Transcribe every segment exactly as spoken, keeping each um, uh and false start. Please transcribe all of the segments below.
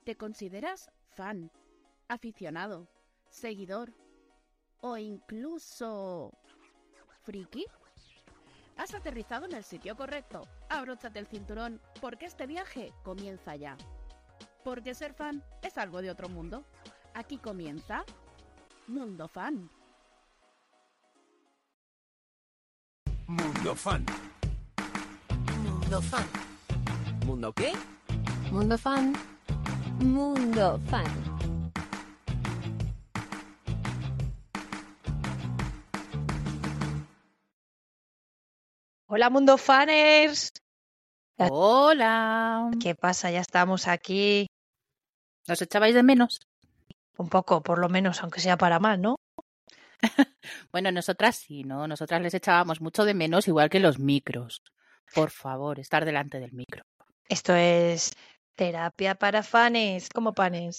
¿Te consideras fan, aficionado, seguidor o incluso friki? Has aterrizado en el sitio correcto. Abróchate el cinturón porque este viaje comienza ya. Porque ser fan es algo de otro mundo. Aquí comienza Mundo Fan. Mundo Fan. Mundo Fan. ¿Mundo qué? Mundo Fan. Mundo Fan. Hola Mundo Faners. Hola. ¿Qué pasa? Ya estamos aquí. ¿Nos echabais de menos? Un poco, por lo menos, aunque sea para mal, ¿no? Bueno, nosotras sí, ¿no? Nosotras les echábamos mucho de menos, igual que los micros. Por favor, estar delante del micro. Esto es terapia para fanes, como panes.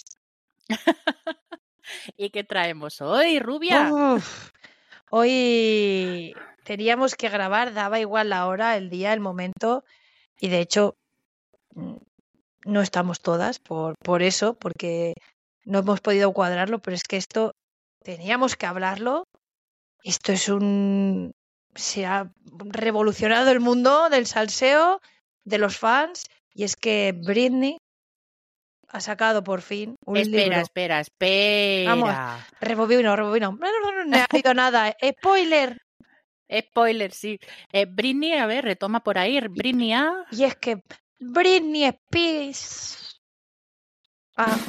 ¿Y qué traemos hoy, rubia? Uf, hoy teníamos que grabar, daba igual la hora, el día, el momento, y de hecho no estamos todas por, por eso, porque no hemos podido cuadrarlo, pero es que esto teníamos que hablarlo. Esto es un... Se ha revolucionado el mundo del salseo, de los fans, y es que Britney ha sacado por fin un espera, libro. Espera, espera, Vamos, rebobino, rebobino. No, no, no, no ha habido nada. ¡Spoiler! Spoiler, sí. Eh, Britney, a ver, retoma por ahí. Britney ha... Y es que Britney Spears ha,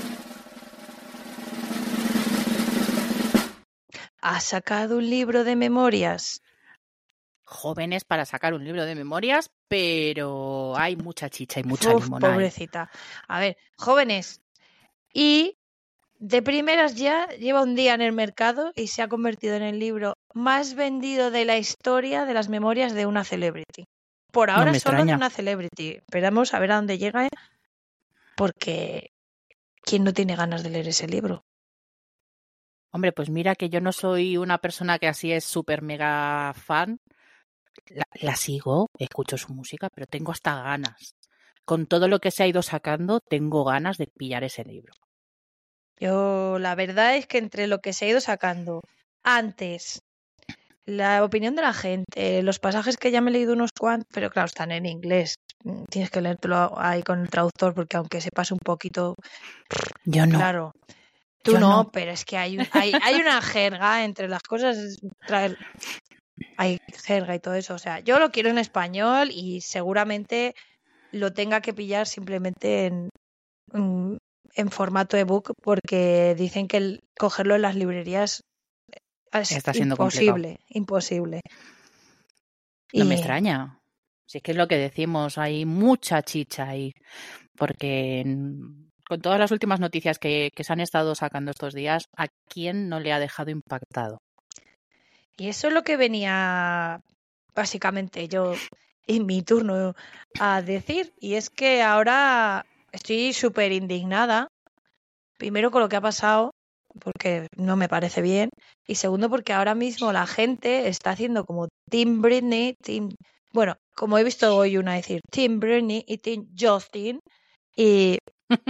ha sacado un libro de memorias. Jóvenes para sacar un libro de memorias, pero hay mucha chicha y mucha Uf, limonada. pobrecita. A ver, jóvenes. Y de primeras ya lleva un día en el mercado y se ha convertido en el libro más vendido de la historia de las memorias de una celebrity. Por ahora No solo extraña. de una celebrity. Esperamos a ver a dónde llega, porque ¿quién no tiene ganas de leer ese libro? Hombre, pues mira que yo no soy una persona que así es súper mega fan. La, la sigo, escucho su música, pero tengo hasta ganas. Con todo lo que se ha ido sacando, tengo ganas de pillar ese libro. Yo, la verdad es que entre lo que se ha ido sacando antes, la opinión de la gente, los pasajes que ya me he leído unos cuantos, pero claro, están en inglés. Tienes que leértelo ahí con el traductor porque aunque se pase un poquito... Yo no. Claro. Tú Yo no, no, pero es que hay, hay, hay una jerga entre las cosas. Traer, hay jerga y todo eso. O sea, yo lo quiero en español y seguramente lo tenga que pillar simplemente en, en, en formato ebook porque dicen que el, cogerlo en las librerías es está siendo imposible, complicado. imposible. No Y... me extraña. Si es que es lo que decimos, hay mucha chicha ahí. Porque con todas las últimas noticias que, que se han estado sacando estos días, ¿a quién no le ha dejado impactado? Y eso es lo que venía básicamente yo en mi turno a decir. Y es que ahora estoy súper indignada. Primero con lo que ha pasado, porque no me parece bien. Y segundo porque ahora mismo la gente está haciendo como Team Britney, Team... Bueno, como he visto hoy una decir Team Britney y Team Justin. Y,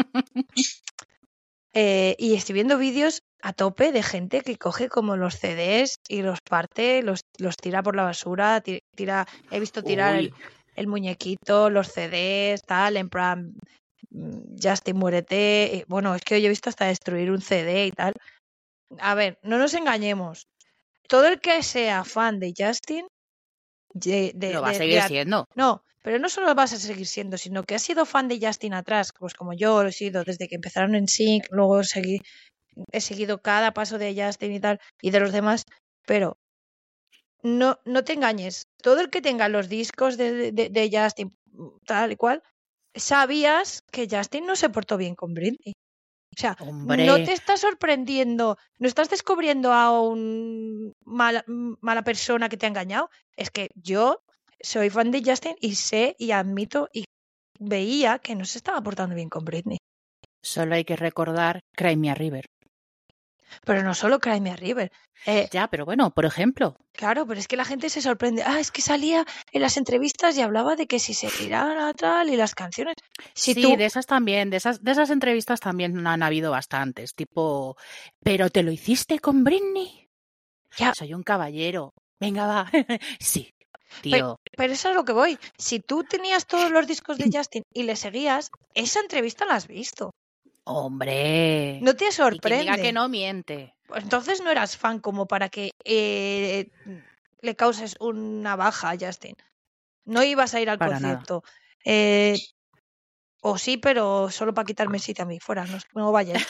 eh, y estoy viendo vídeos a tope de gente que coge como los C Ds y los parte, los, los tira por la basura, tira, he visto tirar el, el muñequito, los C Ds, tal, en plan, Justin, muérete. Bueno, es que hoy he visto hasta destruir un C D y tal. A ver, no nos engañemos. Todo el que sea fan de Justin... De, de, lo va de, a seguir de, siendo. No, pero no solo vas a seguir siendo, sino que has sido fan de Justin atrás, pues como yo lo he sido desde que empezaron en Sync, luego seguí, he seguido cada paso de Justin y tal, y de los demás, pero no, no te engañes. Todo el que tenga los discos de, de, de Justin, tal y cual, sabías que Justin no se portó bien con Britney. O sea, Hombre. no te está sorprendiendo, no estás descubriendo a un mala, mala persona que te ha engañado. Es que yo soy fan de Justin y sé y admito y veía que no se estaba portando bien con Britney. Solo hay que recordar Cry Me a River. Pero no solo Cry Me a River. Eh, Ya, pero bueno, por ejemplo. claro, pero es que la gente se sorprende. Ah, es que salía en las entrevistas y hablaba de que si se tirara tal y las canciones. Si Sí, tú, de esas también, de esas, de esas entrevistas también han habido bastantes, tipo, ¿pero te lo hiciste con Britney? ya, Soy un caballero. Venga, va. Sí, pero, tío. pero eso es a lo que voy. Si tú tenías todos los discos de Justin y le seguías, esa entrevista la has visto. Hombre. No te Y quien diga que sorprende. no miente. Pues entonces no eras fan como para que eh, le causes una baja a Justin. No ibas a ir al Para nada. concierto. Eh, o sí, pero solo para quitarme sitio a mí. Fuera, no, no vayáis.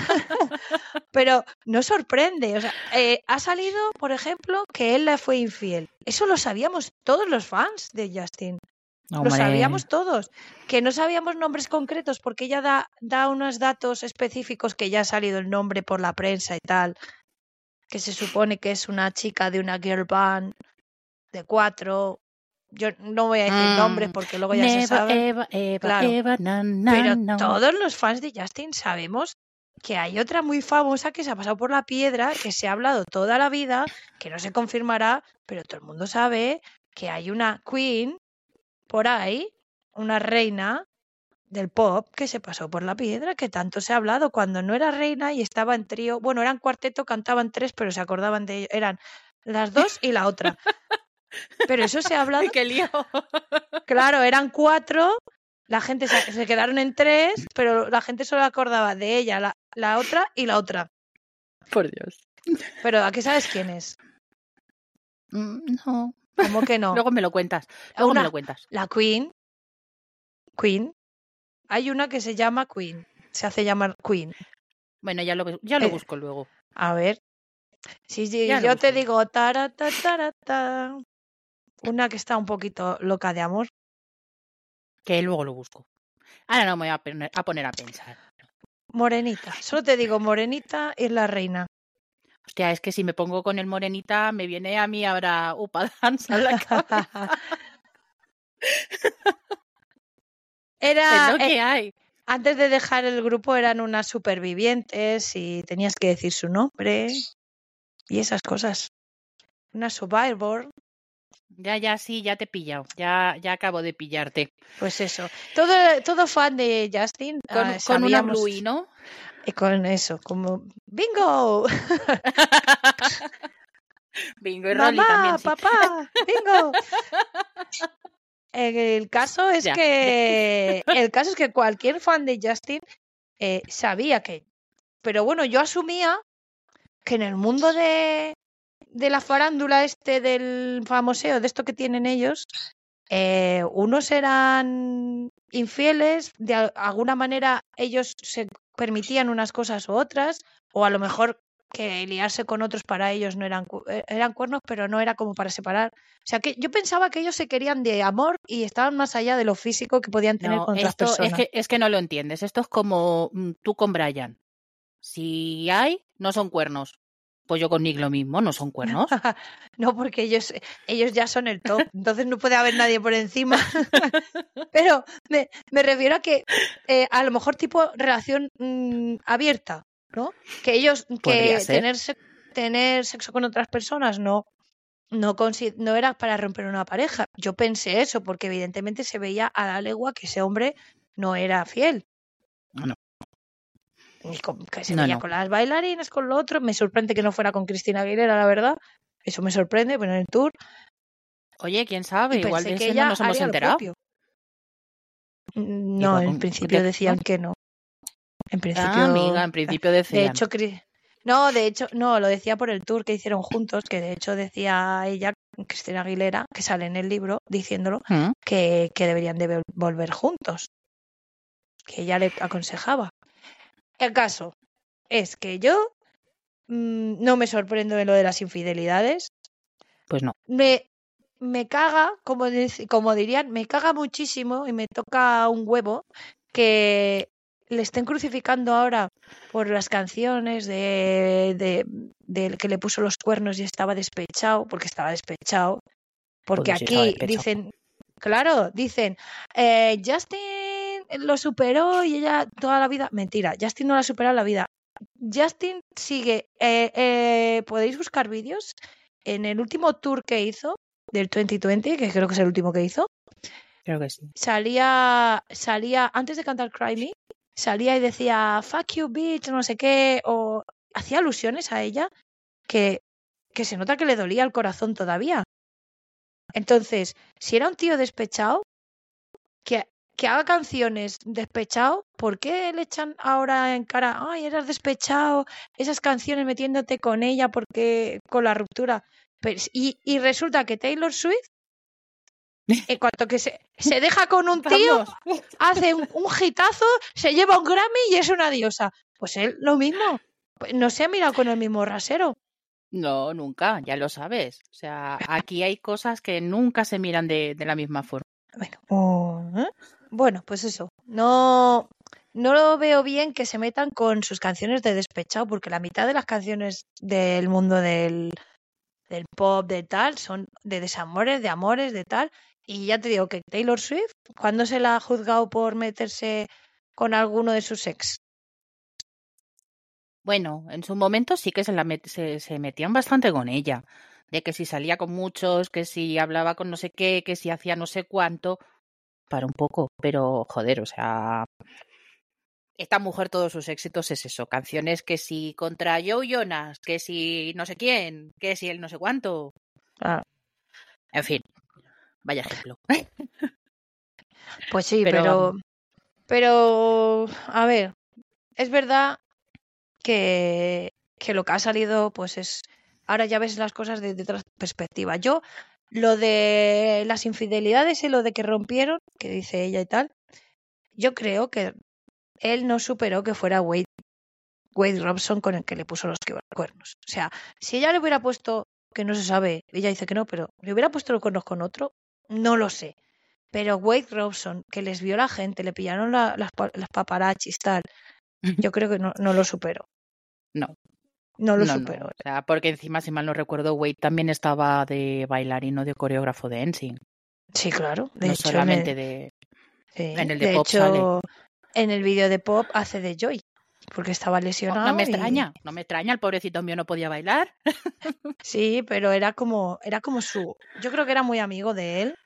Pero no sorprende. O sea, eh, ha salido, por ejemplo, que él le fue infiel. Eso lo sabíamos todos los fans de Justin. Lo Hombre. sabíamos todos. Que no sabíamos nombres concretos porque ella da, da unos datos específicos que ya ha salido el nombre por la prensa y tal. Que se supone que es una chica de una girl band de cuatro. Yo no voy a decir Mm. nombres porque luego ya se Never, sabe. Eva, Eva, Claro. Eva, na, na, Pero no. todos los fans de Justin sabemos que hay otra muy famosa que se ha pasado por la piedra, que se ha hablado toda la vida, que no se confirmará, pero todo el mundo sabe que hay una queen por ahí, una reina del pop que se pasó por la piedra, que tanto se ha hablado cuando no era reina y estaba en trío. Bueno, eran cuarteto, cantaban tres, pero se acordaban de ello. Eran las dos y la otra. Pero eso se ha hablado. ¡Qué lío! Claro, eran cuatro, la gente se, se quedaron en tres, pero la gente solo acordaba de ella, la, la otra y la otra. Por Dios. Pero ¿a qué sabes quién es? Mm, No. ¿Cómo que no? Luego me lo cuentas. Luego Una- me lo cuentas. La Queen. Queen. Hay una que se llama Queen. Se hace llamar Queen. Bueno, ya lo, ya lo Eh, busco luego. A ver. Si si Ya lo yo te busco. digo tarata, tarata, una que está un poquito loca de amor. Que luego lo busco. Ahora no me voy a poner a, poner a pensar. Morenita. Solo te digo morenita y es la reina. Hostia, es que si me pongo con el morenita, me viene a mí ahora Upa Dance a la cabeza. Era, Es lo eh, que hay. antes de dejar el grupo eran unas supervivientes y tenías que decir su nombre y esas cosas. Una survivor, Ya, ya, sí, ya te he pillado. Ya, ya acabo de pillarte. pues eso. Todo, todo fan de Justin Con, ah, con una sabíamos- Bluey, ¿no? eh, con eso, como ¡bingo! Bingo y Rolly ¡Mamá, también, sí. papá! ¡Bingo! El caso es Ya. que el caso es que cualquier fan de Justin eh, sabía que, pero bueno, yo asumía que en el mundo de, de la farándula este del famoseo, de esto que tienen ellos, eh, unos eran infieles, de al- alguna manera ellos se permitían unas cosas u otras, o a lo mejor que liarse con otros para ellos no eran, cu- eh, eran cuernos, pero no era como para separar. O sea, que yo pensaba que ellos se querían de amor y estaban más allá de lo físico que podían tener No, con otras esto es personas. que, es que no lo entiendes. Esto es como mm, tú con Brian. Si hay, no son cuernos. Pues yo con Nick lo mismo, no son cuernos. No, porque ellos, ellos ya son el top, entonces no puede haber nadie por encima. Pero me, me refiero a que eh, a lo mejor tipo relación mm, abierta, ¿no? Que ellos, Podría que ser. tener, se- tener sexo con otras personas no, no, consi- no era para romper una pareja. Yo pensé eso, porque evidentemente se veía a la legua que ese hombre no era fiel. No. Ni con- que se No, veía no. con las bailarinas, con lo otro. Me sorprende que no fuera con Cristina Aguilera, la verdad. Eso me sorprende, pero en el tour. Oye, quién sabe, Y igual pensé de que ese ella no nos hemos haría lo enterado. propio. Mm, No, Igual, en un- principio porque- decían ¿no? que no. En principio. Ah, amiga, en principio De decían. hecho, Cri- no, de hecho, no, lo decía por el tour que hicieron juntos, que de hecho decía ella, Cristina Aguilera, que sale en el libro, diciéndolo, ¿Mm? que, que deberían de vol- volver juntos. Que ella le aconsejaba. El caso es que yo mm, no me sorprendo de lo de las infidelidades. Pues no. Me, me caga, como, dic- como dirían, me caga muchísimo y me toca un huevo que le estén crucificando ahora por las canciones de, de, del que le puso los cuernos y estaba despechado, porque estaba despechado. Porque Joder, sí estaba aquí despechado. dicen, claro, dicen, eh, Justin lo superó y ella toda la vida. Mentira, Justin no la ha superado en la vida. Justin sigue, eh, eh, podéis buscar vídeos en el último tour que hizo del veinte veinte, que creo que es el último que hizo. Creo que sí. Salía, salía antes de cantar Cry Me, salía y decía fuck you bitch, no sé qué, o hacía alusiones a ella que, que se nota que le dolía el corazón todavía. Entonces, si era un tío despechado, que, que haga canciones despechado, ¿por qué le echan ahora en cara, ay, eras despechado, esas canciones metiéndote con ella porque con la ruptura? Pues, y, y resulta que Taylor Swift, en cuanto que se, se deja con un tío, Vamos. hace un, un hitazo, se lleva un Grammy y es una diosa. Pues él lo mismo. Pues no se ha mirado con el mismo rasero. No, nunca, ya lo sabes. O sea, aquí hay cosas que nunca se miran de, de la misma forma. Bueno, oh, ¿eh? Bueno, pues eso. No, no lo veo bien que se metan con sus canciones de despechado, porque la mitad de las canciones del mundo del, del pop, de tal, son de desamores, de amores, de tal. Y ya te digo que Taylor Swift, ¿cuándo se la ha juzgado por meterse con alguno de sus ex? Bueno, en su momento sí que se, la met- se, se metían bastante con ella. De que si salía con muchos, que si hablaba con no sé qué, que si hacía no sé cuánto. Para un poco, pero joder, o sea, esta mujer todos sus éxitos es eso, canciones que si contra Joe Jonas, que si no sé quién, que si el no sé cuánto, Ah, en fin, vaya ejemplo. pues sí, Pero pero, vamos, pero, a ver, es verdad que, que lo que ha salido, pues es, ahora ya ves las cosas desde otra perspectiva. Yo, lo de las infidelidades y lo de que rompieron, que dice ella y tal, yo creo que él no superó que fuera Wade, Wade Robson con el que le puso los cuernos. O sea, si ella le hubiera puesto, que no se sabe, ella dice que no, pero le hubiera puesto los cuernos con otro, no lo sé. Pero Wade Robson, que les vio la gente, le pillaron la- las, pa- las paparazzis, tal, yo creo que no, no lo superó. no, No lo no, no, superó. o sea, porque encima, si mal no recuerdo, Wade también estaba de bailarino, de coreógrafo de NSYNC, Sí, claro. De no hecho, en solamente el, de... sí, En el de de pop sale. hecho, en el vídeo de Pop hace de Joy, porque estaba Oh, no lesionado me y extraña, no me extraña, el pobrecito mío no podía bailar. sí, pero era como, era como su, yo creo que era muy amigo de él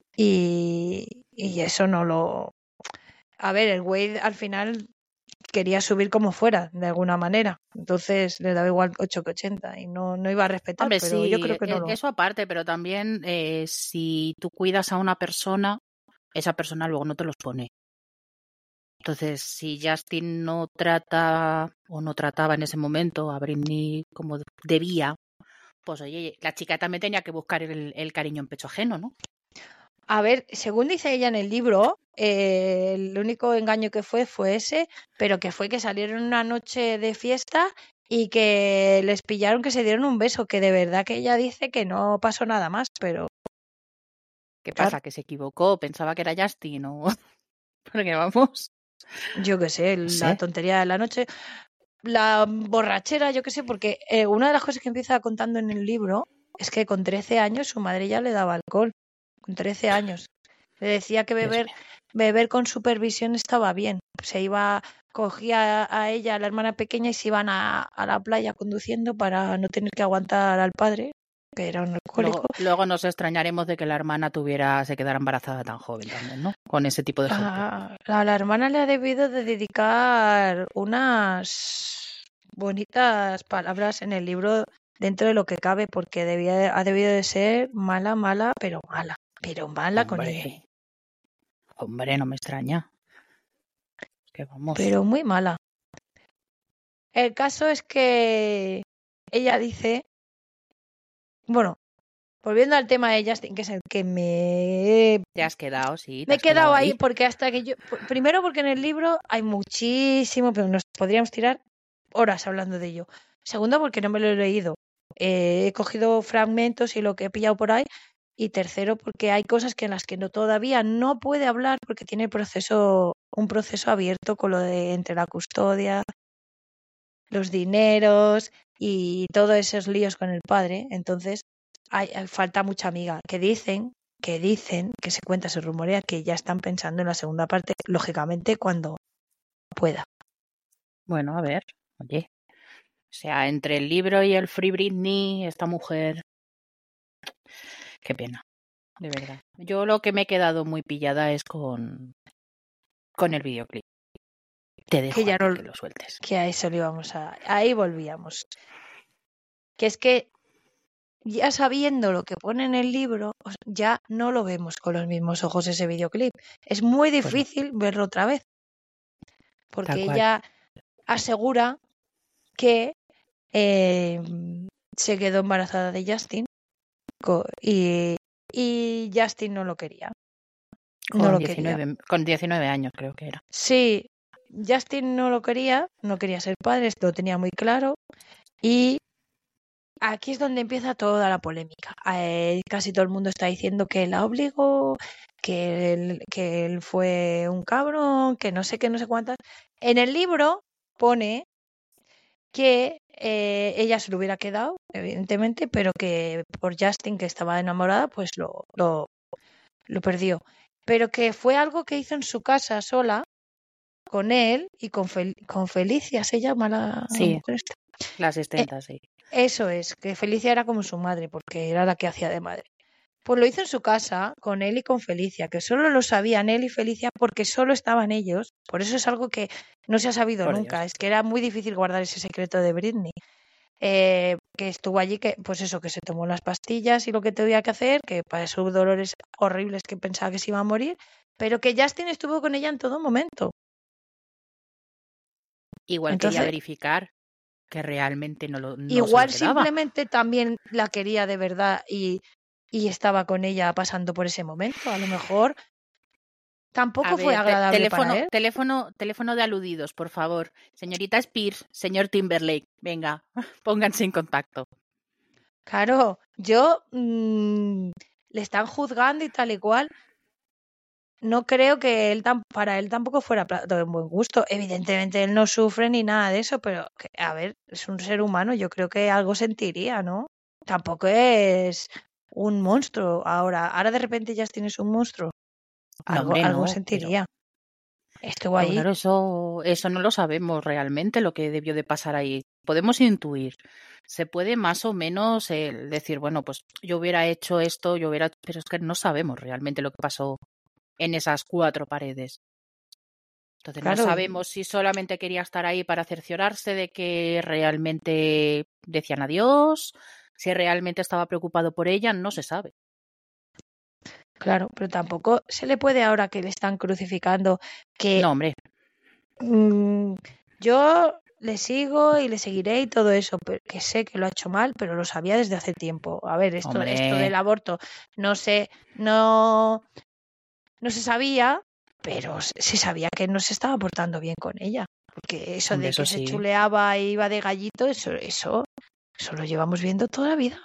y, y eso no lo, a ver, el Wade al final quería subir como fuera, de alguna manera, entonces le daba igual ocho que ochenta y no, no iba a respetar, Hombre, pero yo sí, creo que no e- lo, eso aparte, pero también eh, si tú cuidas a una persona, esa persona luego no te los pone. Entonces, si Justin no trata o no trataba en ese momento a Britney como de- debía, pues oye, la chica también tenía que buscar el, el cariño en pecho ajeno, ¿no? a ver, según dice ella en el libro, eh, el único engaño que fue fue ese, pero que fue que salieron una noche de fiesta y que les pillaron que se dieron un beso, que de verdad que ella dice que no pasó nada más, pero ¿Qué claro, pasa? Que se equivocó, pensaba que era Justin o... Porque vamos, yo qué sé, no la sé. tontería de la noche, la borrachera, yo qué sé, porque eh, una de las cosas que empieza contando en el libro es que con trece años su madre ya le daba alcohol, con trece años. Le decía que Dios beber, mío. beber con supervisión estaba bien. Se iba, cogía a ella, a la hermana pequeña, y se iban a, a la playa conduciendo para no tener que aguantar al padre, que era un alcohólico. Luego, luego nos extrañaremos de que la hermana tuviera, se quedara embarazada tan joven también, ¿no? Con ese tipo de ejemplo. A, a la hermana le ha debido de dedicar unas bonitas palabras en el libro dentro de lo que cabe, porque debía, ha debido de ser mala, mala, pero mala, pero mala con ella, Hombre, hombre, no me extraña. Que vamos. pero muy mala. El caso es que ella dice, bueno, volviendo al tema de Justin, que es el que me... Te has quedado, sí, te Me he has quedado quedado ahí ahí. porque hasta que yo... Primero porque en el libro hay muchísimo, pero nos podríamos tirar horas hablando de ello. Segundo porque no me lo he leído. Eh, he cogido fragmentos y lo que he pillado por ahí. Y tercero porque hay cosas que en las que no todavía no puede hablar porque tiene proceso, un proceso abierto con lo de entre la custodia, los dineros y todos esos líos con el padre. Entonces, hay, hay- falta mucha amiga. Que dicen, que dicen, que se cuenta, se rumorea que ya están pensando en la segunda parte, lógicamente, cuando pueda. Bueno, a ver, Oye, o sea, entre el libro y el Free Britney, esta mujer, qué pena, de verdad. Yo lo que me he quedado muy pillada es con, con el videoclip. Te dejo Que ya a ti no, que lo sueltes. que a eso le íbamos a, ahí volvíamos. Que es que ya sabiendo lo que pone en el libro, o sea, ya no lo vemos con los mismos ojos ese videoclip. Es muy Pues no, difícil verlo otra vez, tal porque cual. ella asegura que eh, se quedó embarazada de Justin co- y, y Justin no lo quería. No Con lo quería. diecinueve, con diecinueve años creo que era. Sí, Justin no lo quería, no quería ser padre, esto lo tenía muy claro. Y aquí es donde empieza toda la polémica. Eh, casi todo el mundo está diciendo que la obligó, que él, que él fue un cabrón, que no sé qué, no sé cuántas. En el libro pone que eh, ella se lo hubiera quedado, evidentemente, pero que por Justin, que estaba enamorada, pues lo, lo, lo perdió. Pero que fue algo que hizo en su casa sola, con él y con, Fel- con Felicia, se llama la, la Sí, mujer esta. la Eh, asistenta, sí. eso es, que Felicia era como su madre, porque era la que hacía de madre. Pues lo hizo en su casa, con él y con Felicia, que solo lo sabían él y Felicia porque solo estaban ellos. Por eso es algo que no se ha sabido Por nunca. Dios. Es que era muy difícil guardar ese secreto de Britney. Eh, que estuvo allí, que pues eso, que se tomó las pastillas y lo que tenía que hacer, que para esos dolores horribles que pensaba que se iba a morir, pero que Justin estuvo con ella en todo momento. Igual quería Entonces, verificar que realmente no, lo, no se lo igual quedaba. simplemente también la quería de verdad y, y estaba con ella pasando por ese momento. A lo mejor tampoco A fue ver, te- agradable para teléfono, él. teléfono, teléfono de aludidos, por favor. Señorita Spears, señor Timberlake, venga, pónganse en contacto. Claro, yo mmm, le están juzgando y tal y cual. No creo que él tam- para él tampoco fuera plato de buen gusto. Evidentemente él no sufre ni nada de eso, pero que, a ver, es un ser humano, yo creo que algo sentiría, ¿no? Tampoco es un monstruo ahora. Ahora de repente ya tienes un monstruo. No, Algo, hombre, algo no, pero, sentiría. Estuvo pero ahí. claro, eso, eso no lo sabemos realmente lo que debió de pasar ahí. Podemos intuir. Se puede más o menos eh, decir, bueno, pues yo hubiera hecho esto, yo hubiera, pero es que no sabemos realmente lo que pasó en esas cuatro paredes. Entonces no Claro, y sabemos si solamente quería estar ahí para cerciorarse de que realmente decían adiós, si realmente estaba preocupado por ella, no se sabe. claro, pero tampoco se le puede ahora que le están crucificando que No, hombre, mm, yo le sigo y le seguiré y todo eso, pero que sé que lo ha hecho mal, pero lo sabía desde hace tiempo. A ver, esto, esto hombre, del aborto no sé, no, no se sabía, pero se se sabía que no se estaba portando bien con ella. Porque eso hombre, de eso que se sí, chuleaba e iba de gallito, eso, eso, eso lo llevamos viendo toda la vida.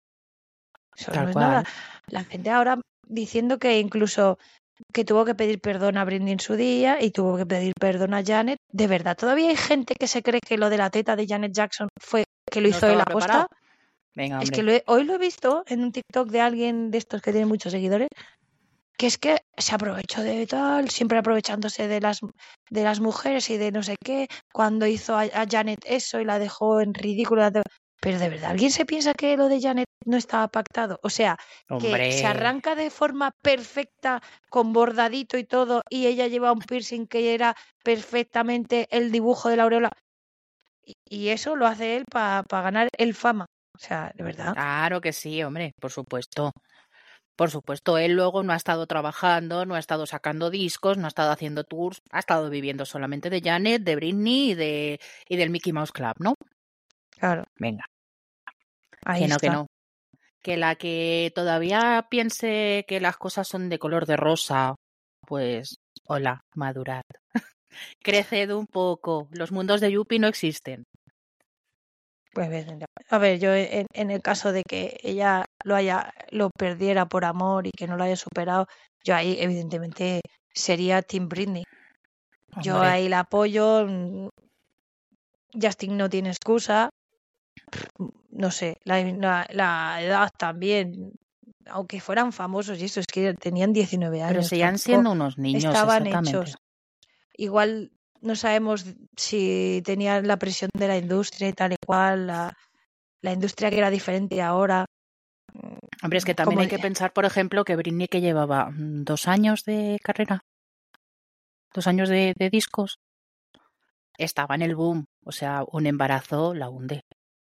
Eso no tal es nada. cual. La gente ahora diciendo que incluso que tuvo que pedir perdón a Britney en su día y tuvo que pedir perdón a Janet. De verdad, todavía hay gente que se cree que lo de la teta de Janet Jackson fue que lo ¿No hizo él estaba aposta. preparado? Venga, Es que hombre. lo he- hoy lo he visto en un TikTok de alguien de estos que tiene muchos seguidores, que es que se aprovechó de tal, siempre aprovechándose de las de las mujeres y de no sé qué, cuando hizo a, a Janet eso y la dejó en ridículo. la de- Pero de verdad, ¿alguien se piensa que lo de Janet no estaba pactado? O sea, que se Hombre, arranca de forma perfecta, con bordadito y todo, y ella lleva un piercing que era perfectamente el dibujo de la aureola. Y, y eso lo hace él para ganar el fama. O sea, de verdad. claro que sí, hombre, por supuesto. Por supuesto, él luego no ha estado trabajando, no ha estado sacando discos, no ha estado haciendo tours, ha estado viviendo solamente de Janet, de Britney y, de, y del Mickey Mouse Club, ¿no? Claro, Venga, ahí que no, que está. no. Que la que todavía piense que las cosas son de color de rosa, pues, hola, madurad. Creced un poco, los mundos de Yuppie no existen. Pues bien, a ver, yo en, en el caso de que ella lo haya, lo perdiera por amor y que no lo haya superado, yo ahí evidentemente sería Team Britney. Yo Hombre, ahí la apoyo. mm, Justin no tiene excusa. No sé, la, la, la edad también, aunque fueran famosos y eso, es que tenían diecinueve pero años, seguían tampoco siendo unos niños, estaban exactamente. hechos. Igual no sabemos si tenía la presión de la industria y tal y cual, la, la industria que era diferente ahora. Hombre, es que también Como- hay que pensar, por ejemplo, que Britney, que llevaba mm, dos años de carrera, dos años de, de discos, estaba en el boom. O sea, un embarazo la hunde.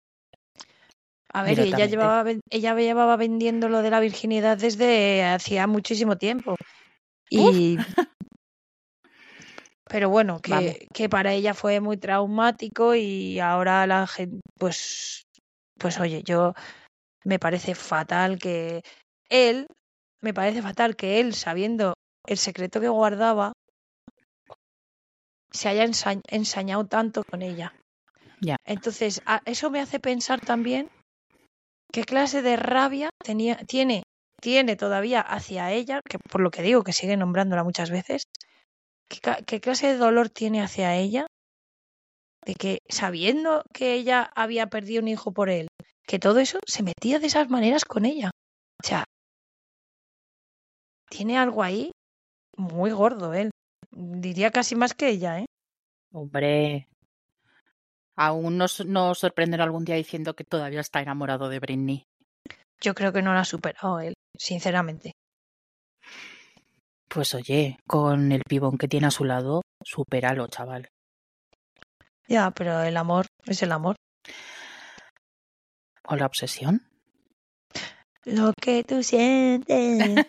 A ver, y ella Directamente. llevaba, ven- ella llevaba vendiendo lo de la virginidad desde hacía muchísimo tiempo. Y, pero bueno, Vamos. que, que para ella fue muy traumático y ahora la gente, pues, pues oye, yo me parece fatal que él, me parece fatal que él, sabiendo el secreto que guardaba, se haya ensa- ensañado tanto con ella. Ya. Entonces, a- eso me hace pensar también qué clase de rabia tenía, tiene, tiene todavía hacia ella, que por lo que digo, que sigue nombrándola muchas veces, qué, ca- qué clase de dolor tiene hacia ella, de que sabiendo que ella había perdido un hijo por él, que todo eso se metía de esas maneras con ella. O sea, tiene algo ahí muy gordo él. Diría casi más que ella, ¿eh? Hombre, aún nos, nos sorprenderá algún día diciendo que todavía está enamorado de Britney. Yo creo que no la ha superado él, sinceramente. Pues oye, con el pibón que tiene a su lado, supéralo, chaval. Ya, pero el amor es el amor. ¿O la obsesión? Lo que tú sientes.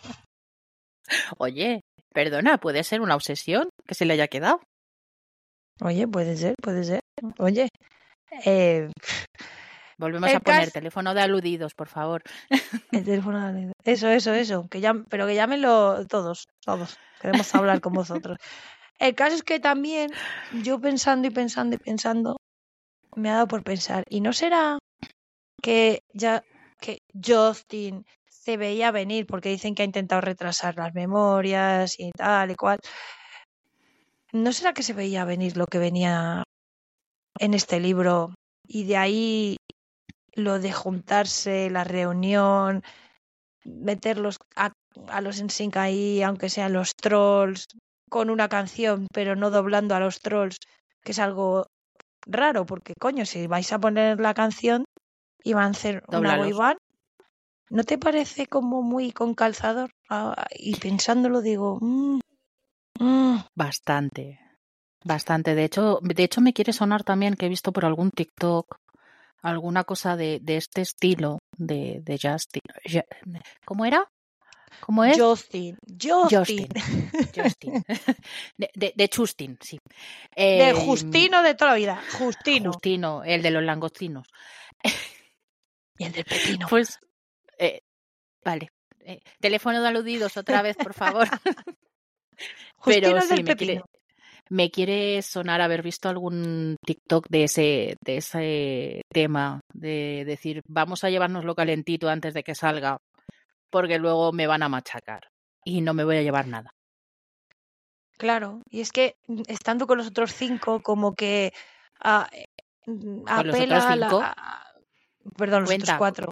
Oye, perdona, ¿puede ser una obsesión que se le haya quedado? Oye, puede ser, puede ser. Oye, eh, Volvemos El a poner cas- teléfono de aludidos, por favor. el teléfono de- Eso, eso, eso. Que llam- pero que llámenlo todos, todos. Queremos hablar con vosotros. El caso es que también yo pensando y pensando y pensando, me ha dado por pensar, ¿y no será que ya que Justin se veía venir porque dicen que ha intentado retrasar las memorias y tal y cual? ¿No será que se veía venir lo que venía en este libro y de ahí lo de juntarse, la reunión, meterlos a, a los N Sync ahí, aunque sean los trolls, con una canción, pero no doblando a los trolls, que es algo raro, porque coño, si vais a poner la canción y van a hacer una boy Dóblalos. band, ¿no te parece como muy con calzador? Ah, y pensándolo digo, mm, mm, Bastante. Bastante. De hecho, de hecho, me quiere sonar también que he visto por algún TikTok alguna cosa de, de este estilo de, de Justin. Ja- ¿Cómo era? ¿Cómo es? Justin, Justin, Justin. Justin. De, de, de Justin, sí. de Eh, Justino de toda la vida, Justino. Justino, el de los langostinos. Y el del pepino. Pues, eh, vale. Eh, teléfono de aludidos otra vez, por favor. Justino Pero el sí, del me quiere, pepino. me quiere sonar haber visto algún TikTok de ese, de ese tema, de decir, vamos a llevárnoslo calentito antes de que salga, porque luego me van a machacar y no me voy a llevar nada. Claro, y es que mm, estando con los otros cinco, como que ah, eh, mm, Con los apela otros a la. cinco, a- Perdón, los otros cuenta, cuatro.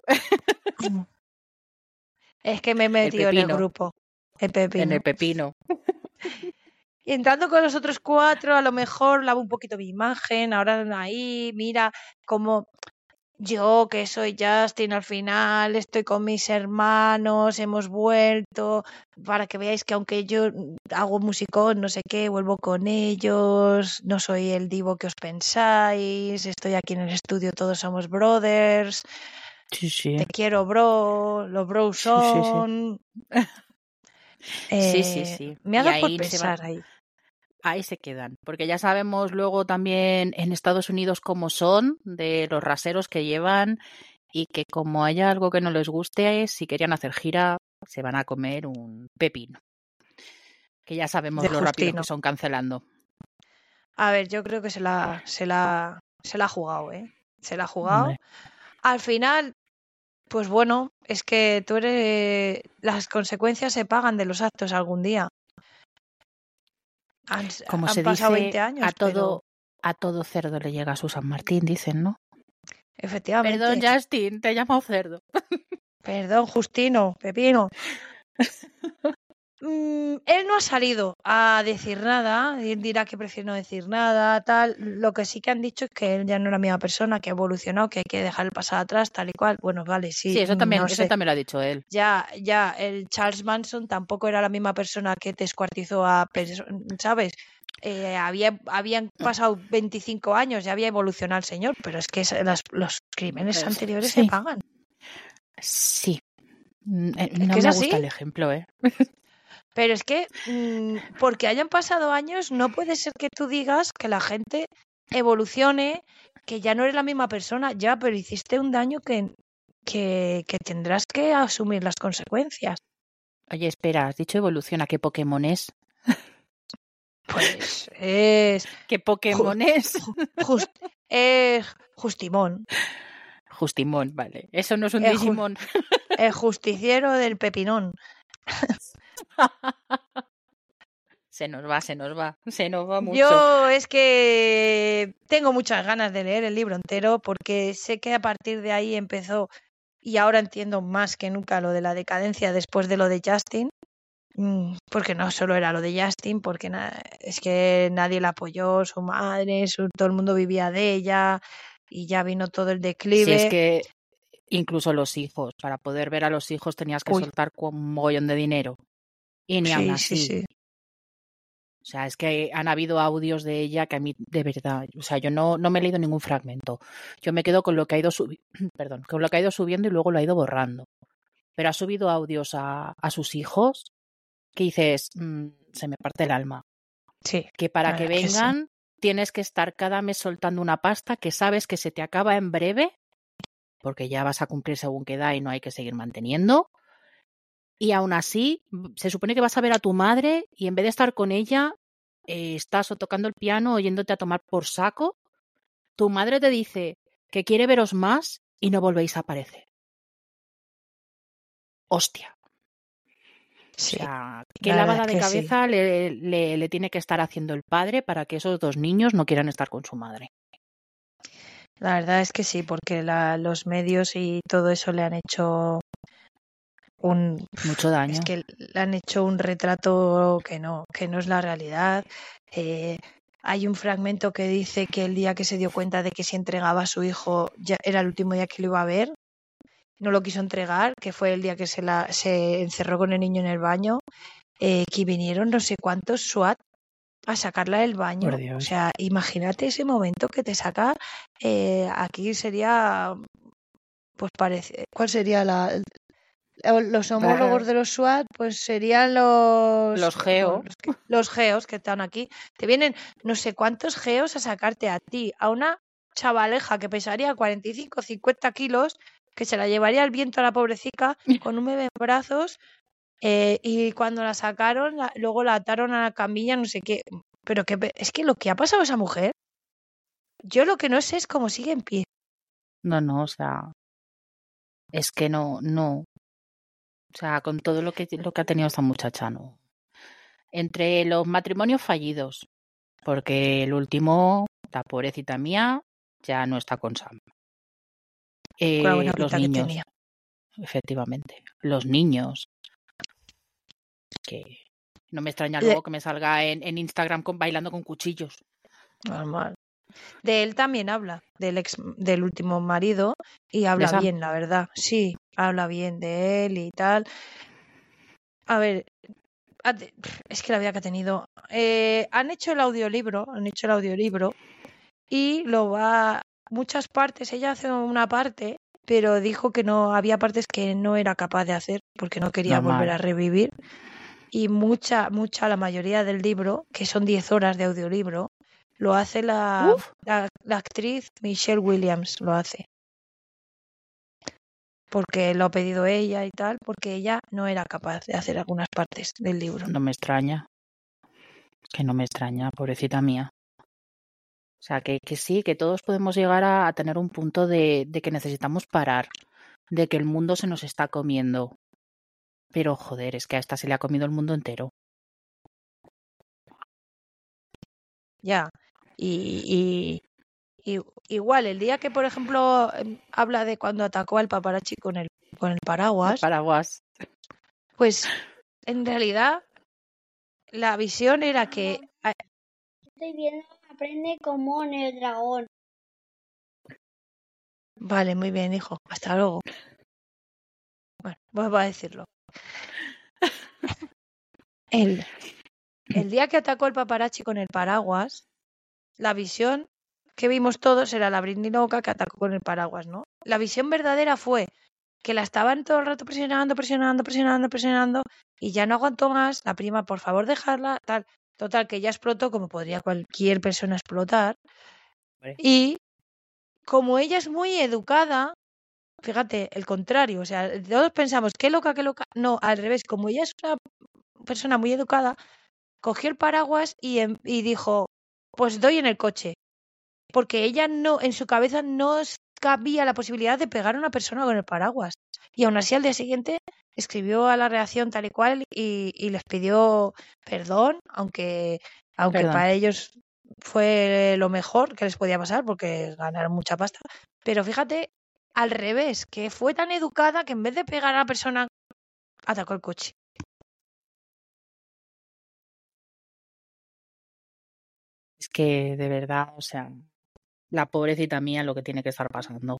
Es que me he el metido en el pepino, grupo, el en pepino. el pepino. Y entrando con los otros cuatro, a lo mejor lavo un poquito mi imagen, ahora ahí, mira, como yo que soy Justin al final, estoy con mis hermanos, hemos vuelto, para que veáis que aunque yo mm, hago musicón, no sé qué, vuelvo con ellos, no soy el divo que os pensáis, estoy aquí en el estudio, todos somos brothers, Sí, sí, te quiero bro, los bros sí, sí, sí. son... Sí, sí, Eh, sí. me ha Y dado por ahí se van, pensar ahí. ahí se quedan, porque ya sabemos luego también en Estados Unidos cómo son, de los raseros que llevan y que como haya algo que no les guste, si querían hacer gira, se van a comer un pepino. Que ya sabemos De lo rápidos Justino. que son cancelando. A ver, yo creo que se la, se la, se la ha jugado, ¿eh? Se la ha jugado. Hombre. Al final, pues bueno, es que tú eres. Las consecuencias se pagan de los actos algún día. Han, Como han se pasado dice, veinte años, a todo, pero a todo cerdo le llega su San Martín, dicen, ¿no? efectivamente. Perdón, Justin, te he llamado cerdo. Perdón, Justino, Pepino. mm, él no ha salido a decir nada, él dirá que prefiere no decir nada, tal. Lo que sí que han dicho es que él ya no es la misma persona, que ha evolucionado, que hay que dejar el pasado atrás, tal y cual. Bueno, vale, sí, Sí, eso también, no eso sé. también lo ha dicho él. Ya, ya, el Charles Manson tampoco era la misma persona que descuartizó a personas, ¿sabes? Eh, había, habían pasado veinticinco años, ya había evolucionado el señor, pero es que es- las- los crímenes Pues, anteriores se sí, pagan. sí. Mm, eh, Es No que es me así. gusta el ejemplo, ¿eh? Pero es que mm, porque hayan pasado años, no puede ser que tú digas que la gente evolucione, que ya no eres la misma persona, ya, pero hiciste un daño que, que, que tendrás que asumir las consecuencias. Oye, espera, has dicho evoluciona, ¿qué Pokémon es? Pues es ¿Qué ju- Pokémon es? ju- just- es Justimón, Justimón, vale. Eso no es un el, ju- Digimon. el justiciero del Pepinón. Se nos va, se nos va, se nos va mucho. Yo es que tengo muchas ganas de leer el libro entero porque sé que a partir de ahí empezó y ahora entiendo más que nunca lo de la decadencia después de lo de Justin, mm, porque no solo era lo de Justin, porque na- es que nadie la apoyó, su madre, su- todo el mundo vivía de ella y ya vino todo el Si declive. es que incluso los hijos, para poder ver a los hijos tenías que Uy, soltar con un mogollón de dinero. Y ni aún sí, sí, así. sí. O sea, es que han habido audios de ella que a mí, de verdad, o sea, yo no, no me he leído ningún fragmento. Yo me quedo con lo que ha ido subi- perdón, con lo que ha ido subiendo y luego lo ha ido borrando. Pero ha subido audios a, a sus hijos que dices, mm, se me parte el alma. Sí, Que para la que verdad que sí. vengan tienes que estar cada mes soltando una pasta que sabes que se te acaba en breve, porque ya vas a cumplir según qué edad y no hay que seguir manteniendo. Y aún así, mm, se supone que vas a ver a tu madre y en vez de estar con ella, eh, estás o tocando el piano o yéndote a tomar por saco. Tu madre te dice que quiere veros más y no volvéis a aparecer. Hostia. O Sí, sea, qué la verdad lavada es de que sí. cabeza le, le, le tiene que estar haciendo el padre para que esos dos niños no quieran estar con su madre. La verdad es que sí, porque la- los medios y todo eso le han hecho un Mucho es daño. que le han hecho un retrato que no, que no es la realidad. Eh, hay un fragmento que dice que el día que se dio cuenta de que si entregaba a su hijo ya era el último día que lo iba a ver, no lo quiso entregar, que fue el día que se la se encerró con el niño en el baño, eh, que vinieron no sé cuántos SWAT a sacarla del baño. Por O Dios. sea, imagínate ese momento que te saca. eh, aquí sería, pues parece, ¿cuál sería la, los homólogos de los SWAT? Pues serían los Los bueno, geo. los, que- los geos que están aquí. Te vienen no sé cuántos geos a sacarte a ti, a una chavaleja que pesaría cuarenta y cinco, cincuenta kilos, que se la llevaría el viento a la pobrecita con un bebé en brazos. eh, y cuando la sacaron, la- luego la ataron a la camilla, no sé qué. Pero que pe- es que lo que ha pasado a esa mujer, yo lo que no sé es cómo sigue en pie. No, no, o sea, es que no, no. O sea, con todo lo que, lo que ha tenido esta muchacha, no. Entre los matrimonios fallidos, porque el último, la pobrecita mía, ya no está con Sam. Con la buena Eh, los pinta que niños, tenía. efectivamente. Los niños, que no me extraña Le- luego que me salga en, en Instagram con, bailando con cuchillos. Normal. De él también habla, del ex, del último marido, y ¿De habla Sam? bien, la verdad. Sí, habla bien de él y tal. A ver, ha te- es que la vida que ha tenido. Eh, han hecho el audiolibro, han hecho el audiolibro y lo va muchas partes. Ella hace una parte, pero dijo que no había partes que no era capaz de hacer porque no quería volver a Normal. revivir. Y mucha, mucha, la mayoría del libro, que son diez horas de audiolibro, lo hace la, Uf, la, la actriz Michelle Williams, lo hace. Porque lo ha pedido ella y tal, porque ella no era capaz de hacer algunas partes del libro. no me extraña. Que no me extraña, pobrecita mía. O sea, que, que sí, que todos podemos llegar a, a tener un punto de, de que necesitamos parar, de que el mundo se nos está comiendo. Pero joder, es que a esta se le ha comido el mundo entero. Ya. Y, y, y igual, el día que, por ejemplo, em, habla de cuando atacó al paparazzi con el, con el El paraguas, paraguas. pues en realidad la visión era que... a- Estoy viendo, aprende como en el dragón. Vale, muy bien, hijo. Hasta luego. Bueno, vuelvo a decirlo. El, el día que atacó el paparazzi con el paraguas, la visión que vimos todos era la Britney loca que atacó con el paraguas, ¿no? La visión verdadera fue que la estaban todo el rato presionando, presionando, presionando, presionando y ya no aguantó más. La prima, por favor, dejarla, tal. Total, que ya explotó como podría cualquier persona explotar. Hombre. Y como ella es muy educada, fíjate, el contrario, o sea, todos pensamos, qué loca, qué loca. No, al revés, como ella es una persona muy educada, cogió el paraguas y, em- y dijo, pues doy en el coche. Porque ella no, en su cabeza no es- cabía la posibilidad de pegar a una persona con el paraguas. Y aún así al día siguiente escribió a la redacción tal y cual y, y les pidió perdón, aunque, aunque Perdón. para ellos fue lo mejor que les podía pasar porque ganaron mucha pasta. Pero fíjate, al revés, que fue tan educada que en vez de pegar a la persona, atacó el coche. Es que de verdad, o sea, la pobrecita mía lo que tiene que estar pasando.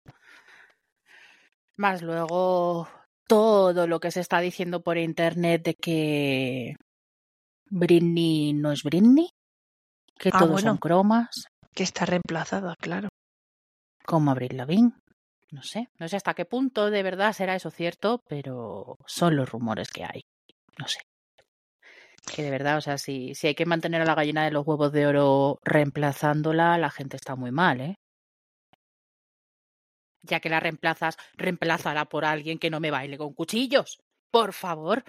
Más luego todo lo que se está diciendo por internet de que Britney no es Britney, que Ah, todos son bueno, cromas, que está reemplazada, claro. como Avril Lavigne. No sé, no sé hasta qué punto de verdad será eso cierto, pero son los rumores que hay. No sé. Que de verdad, o sea, si, si hay que mantener a la gallina de los huevos de oro reemplazándola, la gente está muy mal, ¿eh? Ya que la reemplazas, reemplázala por alguien que no me baile con cuchillos. Por favor.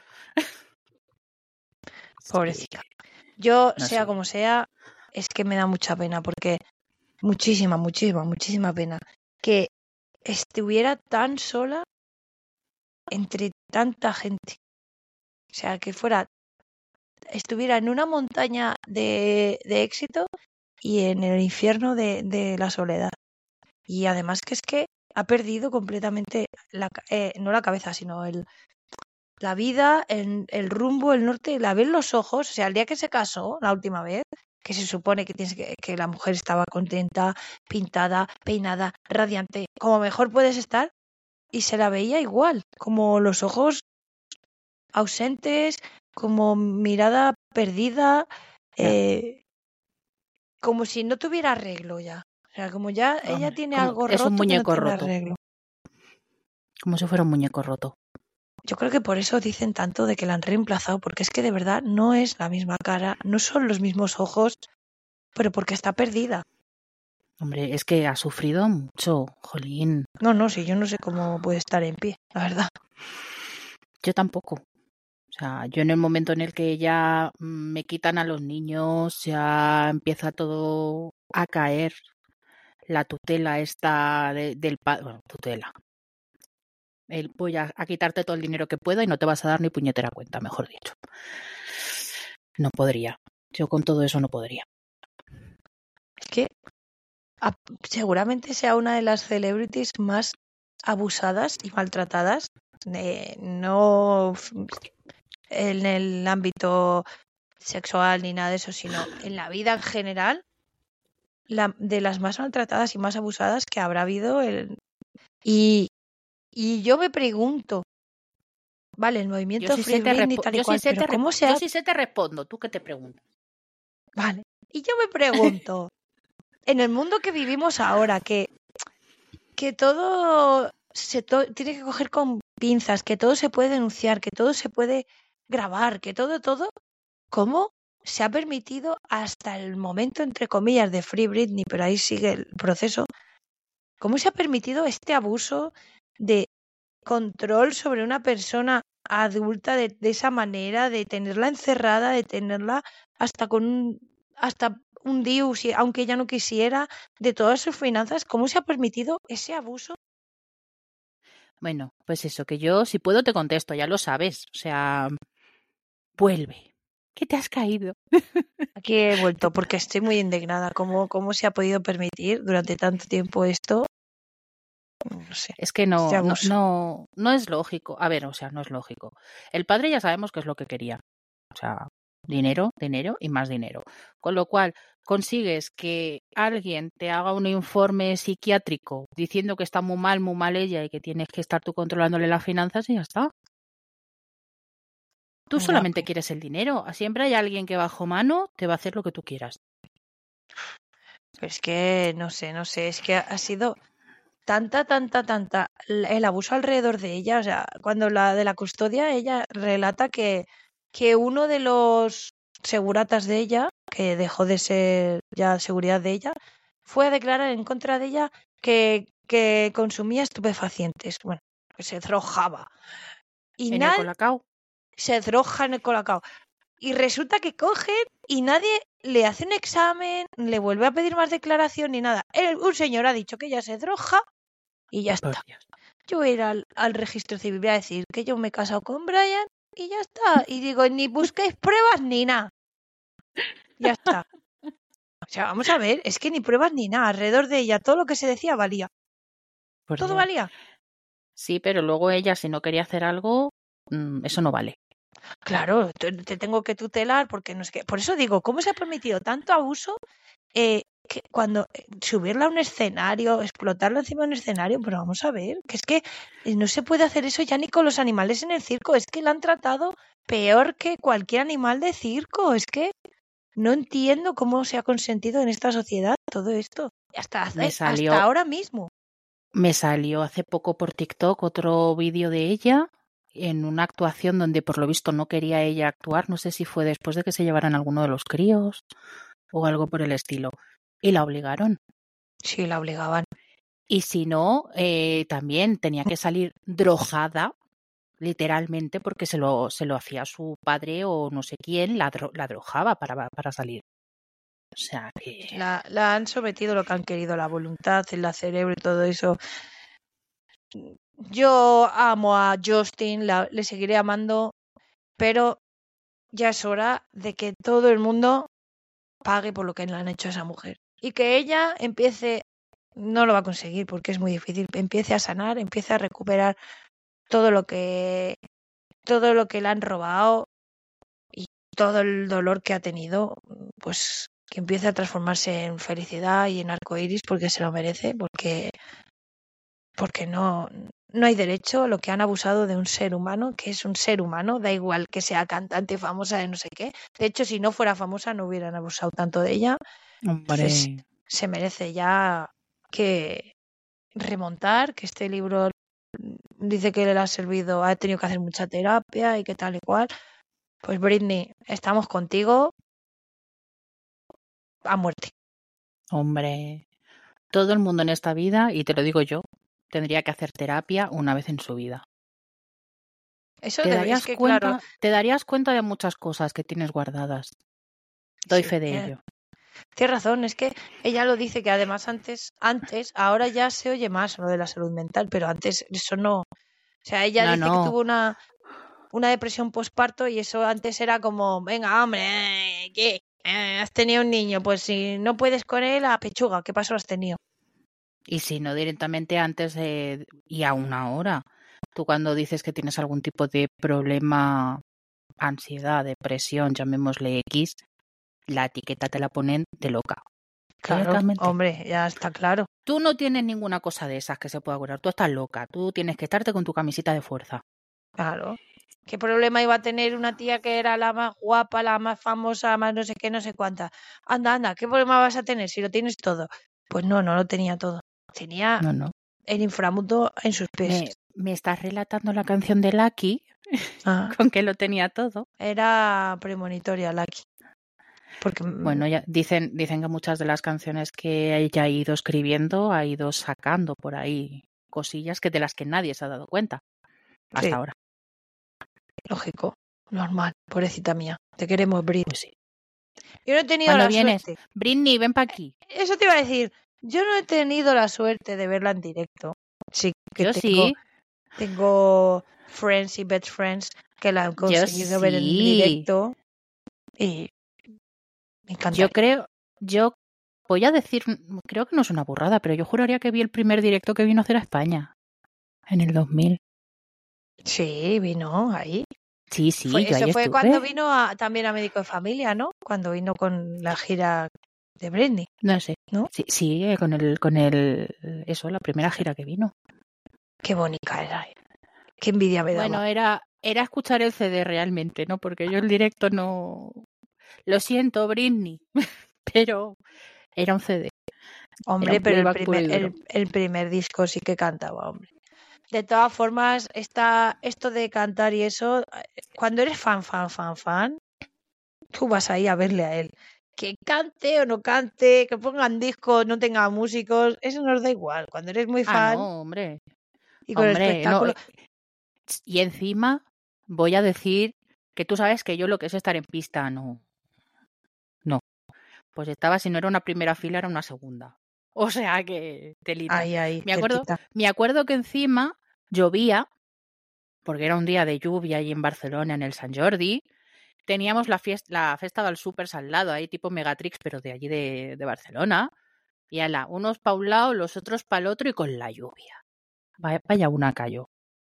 Es Pobrecita. que, Yo, no sea sé. como sea, es que me da mucha pena porque muchísima, muchísima, muchísima pena que estuviera tan sola entre tanta gente. O sea, que fuera, estuviera en una montaña de, de éxito y en el infierno de, de la soledad. Y además que es que ha perdido completamente, la, ca- eh, no la cabeza, sino el, la vida, el, el rumbo, el norte, la ve en los ojos. O sea, el día que se casó, la última vez, que se supone que, tienes que, que la mujer estaba contenta, pintada, peinada, radiante, como mejor puedes estar, y se la veía igual, como los ojos ausentes, como mirada perdida, Ya. eh, como si no tuviera arreglo ya. O sea, como ya ella Hombre, tiene como, algo es un roto que no muñeco tiene roto. arreglo. Como si fuera un muñeco roto. Yo creo que por eso dicen tanto de que la han reemplazado, porque es que de verdad no es la misma cara, no son los mismos ojos, pero porque está perdida. Hombre, es que ha sufrido mucho, jolín. No, no, si yo no sé cómo puede estar en pie, la verdad. Yo tampoco. O sea, yo en el momento en el que ya mm, me quitan a los niños, ya empieza todo a caer la tutela esta de- del padre. Bueno, tutela. El, voy a, a quitarte todo el dinero que pueda y no te vas a dar ni puñetera cuenta, mejor dicho. No podría. Yo con todo eso no podría. Es que a- seguramente sea una de las celebrities más abusadas y maltratadas, eh, no f- en el ámbito sexual ni nada de eso, sino en la vida en general, la, de las más maltratadas y más abusadas que habrá habido. El, y, y yo me pregunto, vale, el Yo movimiento sí Free sé te Britney respo- tal y yo sí cual, sé pero te ¿cómo repo- se yo ha... sí sé te respondo. ¿Tú qué te preguntas? Vale, y yo me pregunto, en el mundo que vivimos ahora, que, que todo se to- tiene que coger con pinzas, que todo se puede denunciar, que todo se puede grabar, que todo, todo, ¿cómo se ha permitido hasta el momento, entre comillas, de Free Britney, pero ahí sigue el proceso, cómo se ha permitido este abuso de control sobre una persona adulta de, de esa manera, de tenerla encerrada, de tenerla hasta con un, hasta un D I U, si, aunque ella no quisiera, de todas sus finanzas, cómo se ha permitido ese abuso? Bueno, pues eso, que yo si puedo te contesto, ya lo sabes. O sea, vuelve. ¿Qué te has caído? Aquí he Te- vuelto porque estoy muy indignada. ¿Cómo, cómo se ha podido permitir durante tanto tiempo esto? No sé, Es que este no, no, abuso. no, no es lógico. A ver, o sea, no es lógico. El padre ya sabemos qué es lo que quería. O sea, dinero, dinero y más dinero. Con lo cual consigues que alguien te haga un informe psiquiátrico diciendo que está muy mal, muy mal ella y que tienes que estar tú controlándole las finanzas y ya está. Tú Ya, solamente pues. quieres el dinero. Siempre hay alguien que bajo mano te va a hacer lo que tú quieras. Pero es que no sé, no sé, es que ha sido tanta, tanta, tanta l- el abuso alrededor de ella. O sea, cuando la de la custodia, ella relata que, que uno de los seguratas de ella, que dejó de ser ya seguridad de ella, fue a declarar en contra de ella que, que consumía estupefacientes. Bueno, que se drogaba. Y En el nadie Colacao. se droga en el colacao. Y resulta que cogen y nadie le hace un examen, le vuelve a pedir más declaración ni nada. El- un señor ha dicho que ella se droga y ya Por está. Dios. Yo voy a ir al, al registro civil, voy a decir que yo me he casado con Brian y ya está. Y digo, ni busquéis pruebas ni nada. Ya está. O sea, vamos a ver, es que ni pruebas ni nada. Alrededor de ella, todo lo que se decía valía. Por Todo Dios. valía. Sí, pero luego ella, si no quería hacer algo, mm, eso no vale. Claro, te, te tengo que tutelar porque no es que. Por eso digo, ¿cómo se ha permitido tanto abuso? Eh, que cuando eh, subirla a un escenario, explotarla encima de un escenario, pero vamos a ver, que es que eh, no se puede hacer eso ya ni con los animales en el circo, es que la han tratado peor que cualquier animal de circo, es que no entiendo cómo se ha consentido en esta sociedad todo esto, hasta, Me hace- hasta salió, ahora mismo. me salió hace poco por TikTok otro vídeo de ella en una actuación donde por lo visto no quería ella actuar. No sé si fue después de que se llevaran alguno de los críos o algo por el estilo. Y la obligaron. Sí, la obligaban. Y si no, eh, también tenía que salir drogada, literalmente, porque se lo, se lo hacía su padre o no sé quién, la, dro- la drogaba para, para salir. O sea que... La, la han sometido lo que han querido, la voluntad, el cerebro y todo eso. Yo amo a Justin, la- le seguiré amando, pero ya es hora de que todo el mundo pague por lo que le han hecho a esa mujer. Y que ella empiece, no lo va a conseguir porque es muy difícil, empiece a sanar, empiece a recuperar todo lo que, todo lo que le han robado y todo el dolor que ha tenido, pues que empiece a transformarse en felicidad y en arcoíris porque se lo merece, porque, porque no, no hay derecho a lo que han abusado de un ser humano, que es un ser humano, da igual que sea cantante famosa de no sé qué. De hecho, si no fuera famosa no hubieran abusado tanto de ella. Entonces, Hombre, se merece ya que remontar, que este libro dice que le ha servido, ha tenido que hacer mucha terapia y que tal y cual. Pues Britney, estamos contigo a muerte. hombre. Todo el mundo en esta vida, y te lo digo yo, tendría que hacer terapia una vez en su vida. Eso Te debe- es darías que, claro, cuenta, te darías cuenta de muchas cosas que tienes guardadas. Doy sí, fe de tiene- ello. tienes razón, es que ella lo dice que además antes, antes, ahora ya se oye más lo de la salud mental, pero antes eso no. O sea, ella No, dice que no. tuvo una, una depresión postparto y eso antes era como, venga, hombre, eh, ¿qué? Eh, has tenido un niño, pues si no puedes con él, a pechuga, ¿qué pasó has tenido? Y si no directamente antes de, y aún ahora, tú cuando dices que tienes algún tipo de problema, ansiedad, depresión, llamémosle X, la etiqueta te la ponen de loca. Claro, Directamente. hombre, ya está claro. Tú no tienes ninguna cosa de esas que se pueda curar. Tú estás loca. Tú tienes que estarte con tu camisita de fuerza. Claro. ¿Qué problema iba a tener una tía que era la más guapa, la más famosa, la más no sé qué, no sé cuánta? Anda, anda, ¿qué problema vas a tener si lo tienes todo? Pues no, no lo tenía todo. Tenía No, no. el inframundo en sus pies. Me, me estás relatando la canción de Lucky, Ah, con que lo tenía todo. era premonitoria, Lucky. Porque Bueno, ya dicen, dicen que muchas de las canciones que ella ha ido escribiendo ha ido sacando por ahí cosillas que de las que nadie se ha dado cuenta hasta sí, ahora. lógico, normal, pobrecita mía. Te queremos, Brit. Pues sí. Yo no he tenido ¿Cuándo la vienes? suerte. Britney, ven para aquí. Eso te iba a decir. Yo no he tenido la suerte de verla en directo. Sí que Yo tengo, sí. tengo friends y best friends que la han Yo conseguido ver en sí. directo y me encanta. Yo creo, yo voy a decir, creo que no es una burrada, pero yo juraría que vi el primer directo que vino a hacer a España en el dos mil. Sí, vino ahí. Sí, sí, Fue, yo eso ahí fue estuve. cuando vino a- también a Médico de Familia, ¿no? Cuando vino con la gira de Britney, No sé. ¿no? Sí, sí, eh, con el, con el, eso, la primera gira que vino. Qué bonita era. Qué envidia me daba. Bueno, era, era escuchar el C D realmente, ¿no? Porque yo el directo no... Lo siento, Britney, pero era un C D. Hombre, Era un pero el playback puro primer, y duro. el, el primer disco sí que cantaba, hombre. De todas formas, esta, esto de cantar y eso, eh, cuando eres fan, fan, fan, fan, tú vas ahí a verle a él. Que cante o no cante, que pongan discos, no tenga músicos, eso nos da igual. Cuando eres muy Ah, fan no, hombre. y con el Hombre, no. espectáculo. eh, Y encima voy a decir que tú sabes que yo lo que es estar en pista, no. No. Pues estaba, si no era una primera fila, era una segunda. O sea que telita. Ahí, ahí, Me acuerdo, cerquita. me acuerdo que encima llovía, porque era un día de lluvia ahí en Barcelona, en el Sant Jordi. Teníamos la fiesta, la festa del Supers al lado, ahí tipo Megatrix, pero de allí de, de Barcelona. Y ala, unos pa' un lado, los otros pa' el otro y con la lluvia. Vaya, vaya una cayó.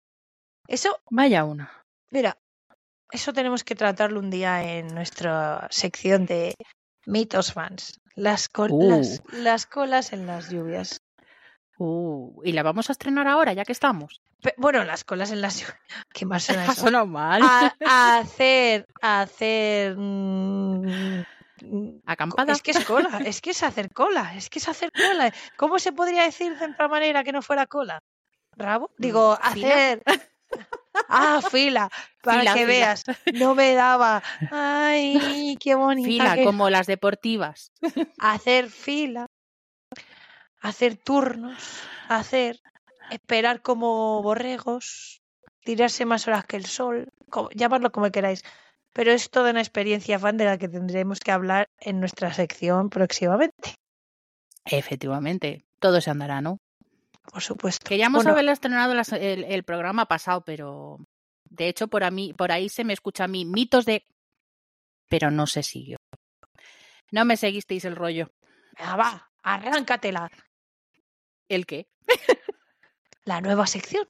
Eso, Vaya una. mira, eso tenemos que tratarlo un día en nuestra sección de mitos fans. Las, col- Uh. las, las colas en las lluvias. Uh, y la vamos a estrenar ahora, ya que estamos. Pe- bueno, las colas en las lluvias. ¿Qué más suena Ha eso? sonado mal. A, a hacer, a hacer. mm, mm, ¿Acampada? Es que es cola, es que es hacer cola, es que es hacer cola. ¿Cómo se podría decir de otra manera que no fuera cola? ¿Rabo? Digo, Mm, ¿fila? hacer. Ah, fila, para Fila, que fila. veas. No me daba. Ay, qué bonita Fila, que. como las deportivas. Hacer fila, hacer turnos, hacer, esperar como borregos, tirarse más horas que el sol, como- llamadlo como queráis. Pero es toda una experiencia fan de la que tendremos que hablar en nuestra sección próximamente, Efectivamente, todo se andará, ¿no? por supuesto. Queríamos Bueno, haberla estrenado las- el, el programa pasado, pero de hecho por, a mí, por ahí se me escucha a mí mitos de... Pero no se siguió. No me seguisteis el rollo. venga, va, arráncatela. ¿El qué? La nueva sección.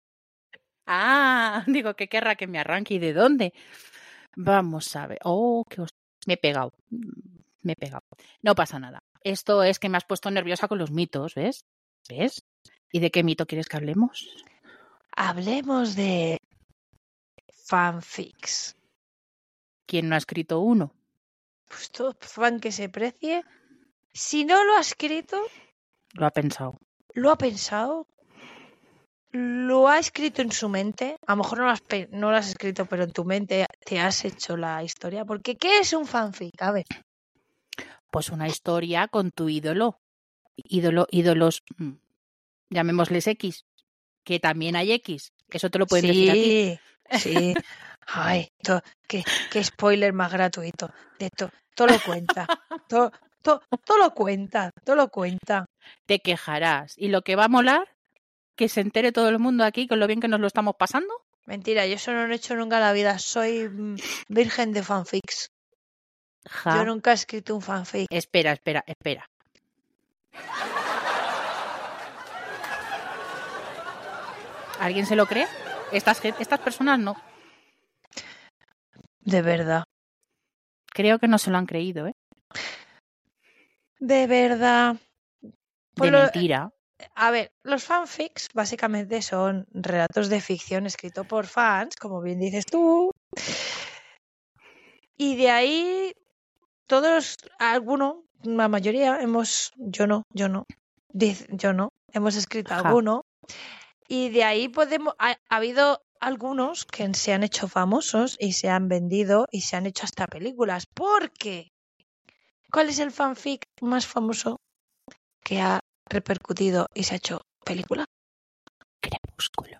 Ah, digo, ¿qué querrá que me arranque y de dónde? Vamos a ver. Oh, qué os... Me he pegado. Me he pegado. No pasa nada. Esto es que me has puesto nerviosa con los mitos, ¿ves? ¿Ves? ¿Y de qué mito quieres que hablemos? Hablemos de fanfics. ¿Quién no ha escrito uno? Pues todo fan que se precie. Si no lo ha escrito, Lo ha pensado. lo ha pensado, lo ha escrito en su mente. A lo mejor no lo has, pe- no lo has escrito, pero en tu mente te has hecho la historia. Porque ¿qué es un fanfic? A ver. Pues una historia con tu ídolo. Ídolo, ídolos, mm, llamémosles X, que también hay X. Eso te lo pueden decir aquí. Sí, sí. Ay, to- qué, qué spoiler más gratuito. De to- todo lo cuenta. Todo, todo, todo lo cuenta. Todo lo cuenta. Te quejarás. Y lo que va a molar, que se entere todo el mundo aquí con lo bien que nos lo estamos pasando. Mentira, yo eso no lo he hecho nunca en la vida. Soy mm, virgen de fanfics. Ja. Yo nunca he escrito un fanfic. Espera, espera, espera. ¿Alguien se lo cree? Estas, gen- estas personas no. De verdad. Creo que no se lo han creído, ¿eh? De verdad. Pues De lo- mentira. A ver, los fanfics básicamente son relatos de ficción escritos por fans, como bien dices tú. Y de ahí todos, alguno, la mayoría, hemos, yo no, yo no, diz- yo no, hemos escrito Ja. alguno. Y de ahí podemos, ha, ha habido algunos que se han hecho famosos y se han vendido y se han hecho hasta películas. ¿Por qué? ¿Cuál es el fanfic más famoso que ha repercutido y se ha hecho película? Crepúsculo.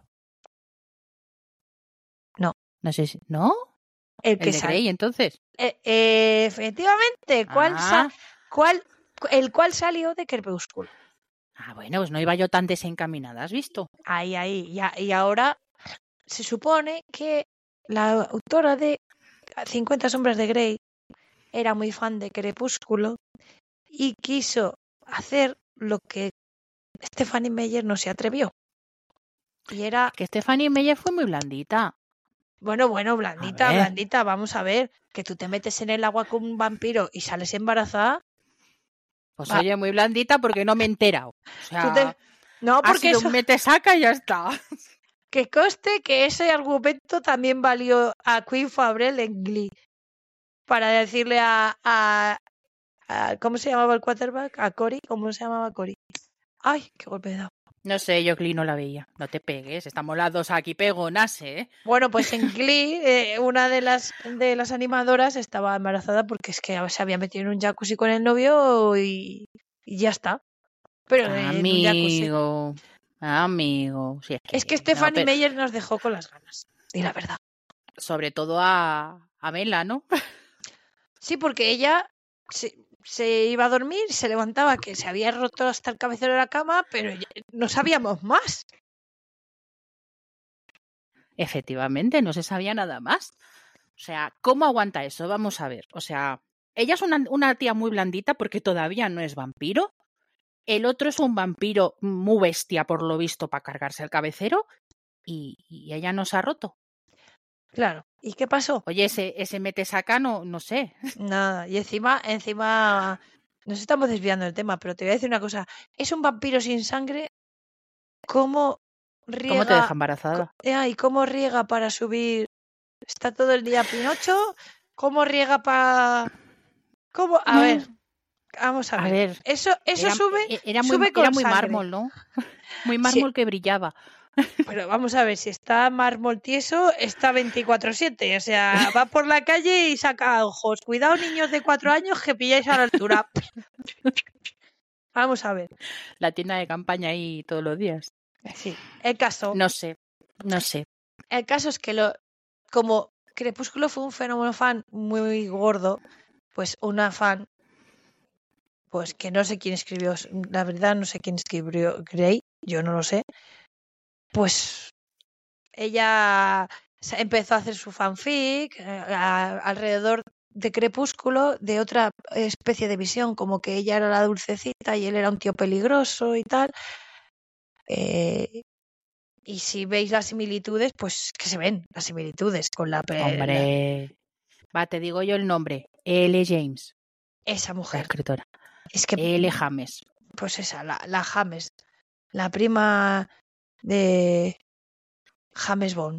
No. No sé si... ¿No? El que ¿El de sale. Grey, entonces? Eh, eh, efectivamente, ¿cuál sa- Ah. cuál, el cual salió de Crepúsculo. Ah, bueno, pues no iba yo tan desencaminada, ¿has visto? Ahí, ahí. Y, a- y ahora se supone que la autora de cincuenta sombras de Grey era muy fan de Crepúsculo y quiso hacer lo que Stephanie Meyer no se atrevió. Y era, Que Stephanie Meyer fue muy blandita. Bueno, bueno, A blandita, ver, blandita, vamos a ver, que tú te metes en el agua con un vampiro y sales embarazada. pues Va, oye, muy blandita porque no me he enterado. O tú te... sea, No, ha porque sido eso, un mete saca y ya está. que coste que ese argumento también valió a Queen Fabrel en Glee para decirle a, a, a- ¿cómo se llamaba el quarterback? A Cory, ¿cómo se llamaba Cory? Ay, qué golpe de dado. No sé, yo Glee no la veía. No te pegues, estamos las dos aquí pegonas, ¿eh? Bueno, pues en Glee, eh, una de las de las animadoras estaba embarazada porque es que se había metido en un jacuzzi con el novio y, y ya está. Pero en un jacuzzi. Amigo, amigo. Si es Es que que, no, Stephanie pero Meyer nos dejó con las ganas. Y la verdad. sobre todo a, a Bella, ¿no? Sí, porque ella se, se iba a dormir, se levantaba que se había roto hasta el cabecero de la cama, pero ya- no sabíamos más. Efectivamente, no se sabía nada más. O sea, ¿cómo aguanta eso? Vamos a ver. O sea, ella es una, una tía muy blandita porque todavía no es vampiro. El otro es un vampiro muy bestia, por lo visto, para cargarse el cabecero. Y, y ella no se ha roto. Claro. ¿Y qué pasó? Oye, ese, ese mete saca, no, no sé. Nada. Y encima, encima, nos estamos desviando del tema, pero te voy a decir una cosa. Es un vampiro sin sangre. ¿Cómo ¿Cómo te deja riega? co- embarazada? ah, ¿Y cómo riega para subir? Está todo el día Pinocho. ¿Cómo riega para...? ¿Cómo? A ver, vamos a A ver. ver, Eso, eso era, sube, e- era muy, sube era con muy sangre. mármol, ¿no? Muy Sí, mármol que brillaba. pero vamos a ver, si está mármol tieso, está veinticuatro siete. O sea, va por la calle y saca ojos. Cuidado, niños de cuatro años, que pilláis a la altura. Vamos a ver. La tienda de campaña ahí todos los días. Sí, el caso. No sé, no sé. El caso es que lo, como Crepúsculo fue un fenómeno fan muy gordo, pues una fan, pues que no sé quién escribió, la verdad no sé quién escribió Grey, yo no lo sé, pues ella se- empezó a hacer su fanfic eh, a- alrededor de Crepúsculo, de otra especie de visión, como que ella era la dulcecita y él era un tío peligroso y tal. eh, y si veis las similitudes, pues que se ven las similitudes con la, pe- la- Hombre, va, te digo yo el nombre. L. James, esa la mujer. escritora. Es que, L. James. pues esa, la, la James, la prima de James Bond.